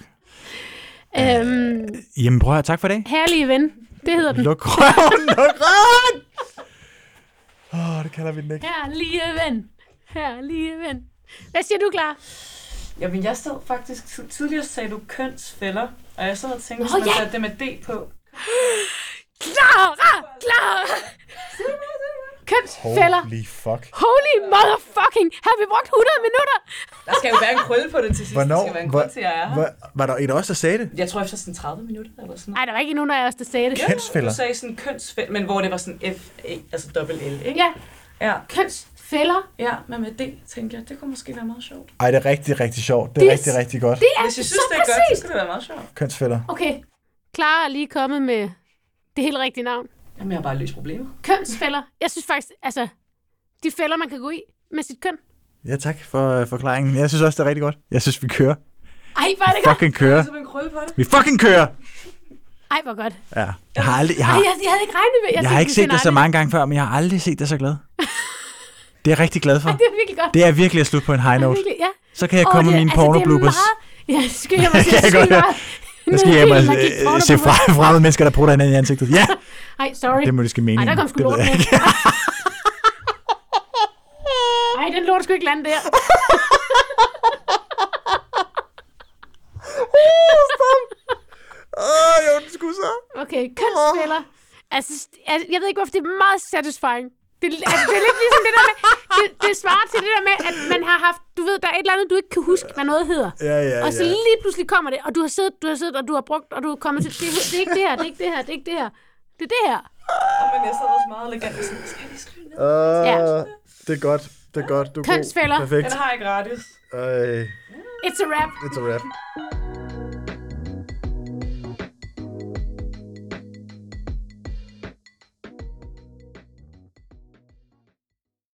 Jamen prøv at tak for det. Herlige ven. Det hedder den. Luk røven, luk røven! Det kalder vi den ikke. Herlige ven. Herlige ven. Hvad siger du, Clara? Jamen, jeg stod faktisk... Tidligere sagde du kønsfælder, og jeg sad og tænkte, man satte det med D på. Clara! Kønsfælder. Holy fuck. Holy motherfucking. Har vi brugt 100 minutter? Der skal jo være en krølle på det til sidst. Hvornår? Der skal være en grund til, at jeg er her. Var der en af os, der sagde det? Jeg tror efter sådan 30 minutter eller sådan noget. Nej, der var ikke nogen af os, der sagde det. Kønsfælder. Du sagde sådan kønsfælder, men hvor det var sådan F-A, altså dobbelt L, ikke? Ja. Ja. Kønsfælder. Ja, men med D, tænker jeg, det kunne måske være meget sjovt. Ej, det er rigtig, rigtig sjovt. Det er rigtig, rigtig godt. Det er Hvis jeg synes, så det er præcis. godt, så kunne det være meget sjovt. Kønsfælder. Okay. Clara er lige kommet med det helt rigtige navn. Jamen, jeg har bare løst problemer. Kønsfælder. Jeg synes faktisk, altså, de fælder, man kan gå i med sit køn. Ja, tak for forklaringen. Jeg synes også, det er rigtig godt. Jeg synes, vi kører. Ej, hvor er det godt. Fucking kører. Vi fucking kører! Ej, hvor godt. Ja. Jeg havde ikke regnet med. Jeg har ikke set dig så mange gange før, men jeg har aldrig set dig så glad. Det er jeg rigtig glad for. Ej, det er virkelig godt. Det er virkelig at slutte på en high note. Ja. Så kan jeg komme med mine porno-bloopers. Ja, det skal jeg mig Jeg skal hjem og se fremmede mennesker, der prutter hinanden i ansigtet. Ja! Ej, sorry. Det må det ske meningen. Ej, der kom sgu lort med. Ej, den lort skulle ikke lande der. Jo, den skulle så. Okay, kønsfælder. Altså, jeg ved ikke, hvorfor det er meget satisfying. Det er lidt ligesom det der med, det svarer til det der med, at man har haft, du ved, der er et eller andet, du ikke kan huske, hvad noget hedder. Ja. Og så lige pludselig kommer det, og du har siddet, og du har brugt, og du er kommet til, det er ikke det her, det er ikke det her, det er ikke det her. Det er det her. Men jeg sad også meget elegant og sådan, skal jeg lige skrive ned? Ja. Det er godt, det er godt. Du er kønsfælder. god. Perfekt. Den har jeg gratis. Ej. It's a wrap. It's a wrap.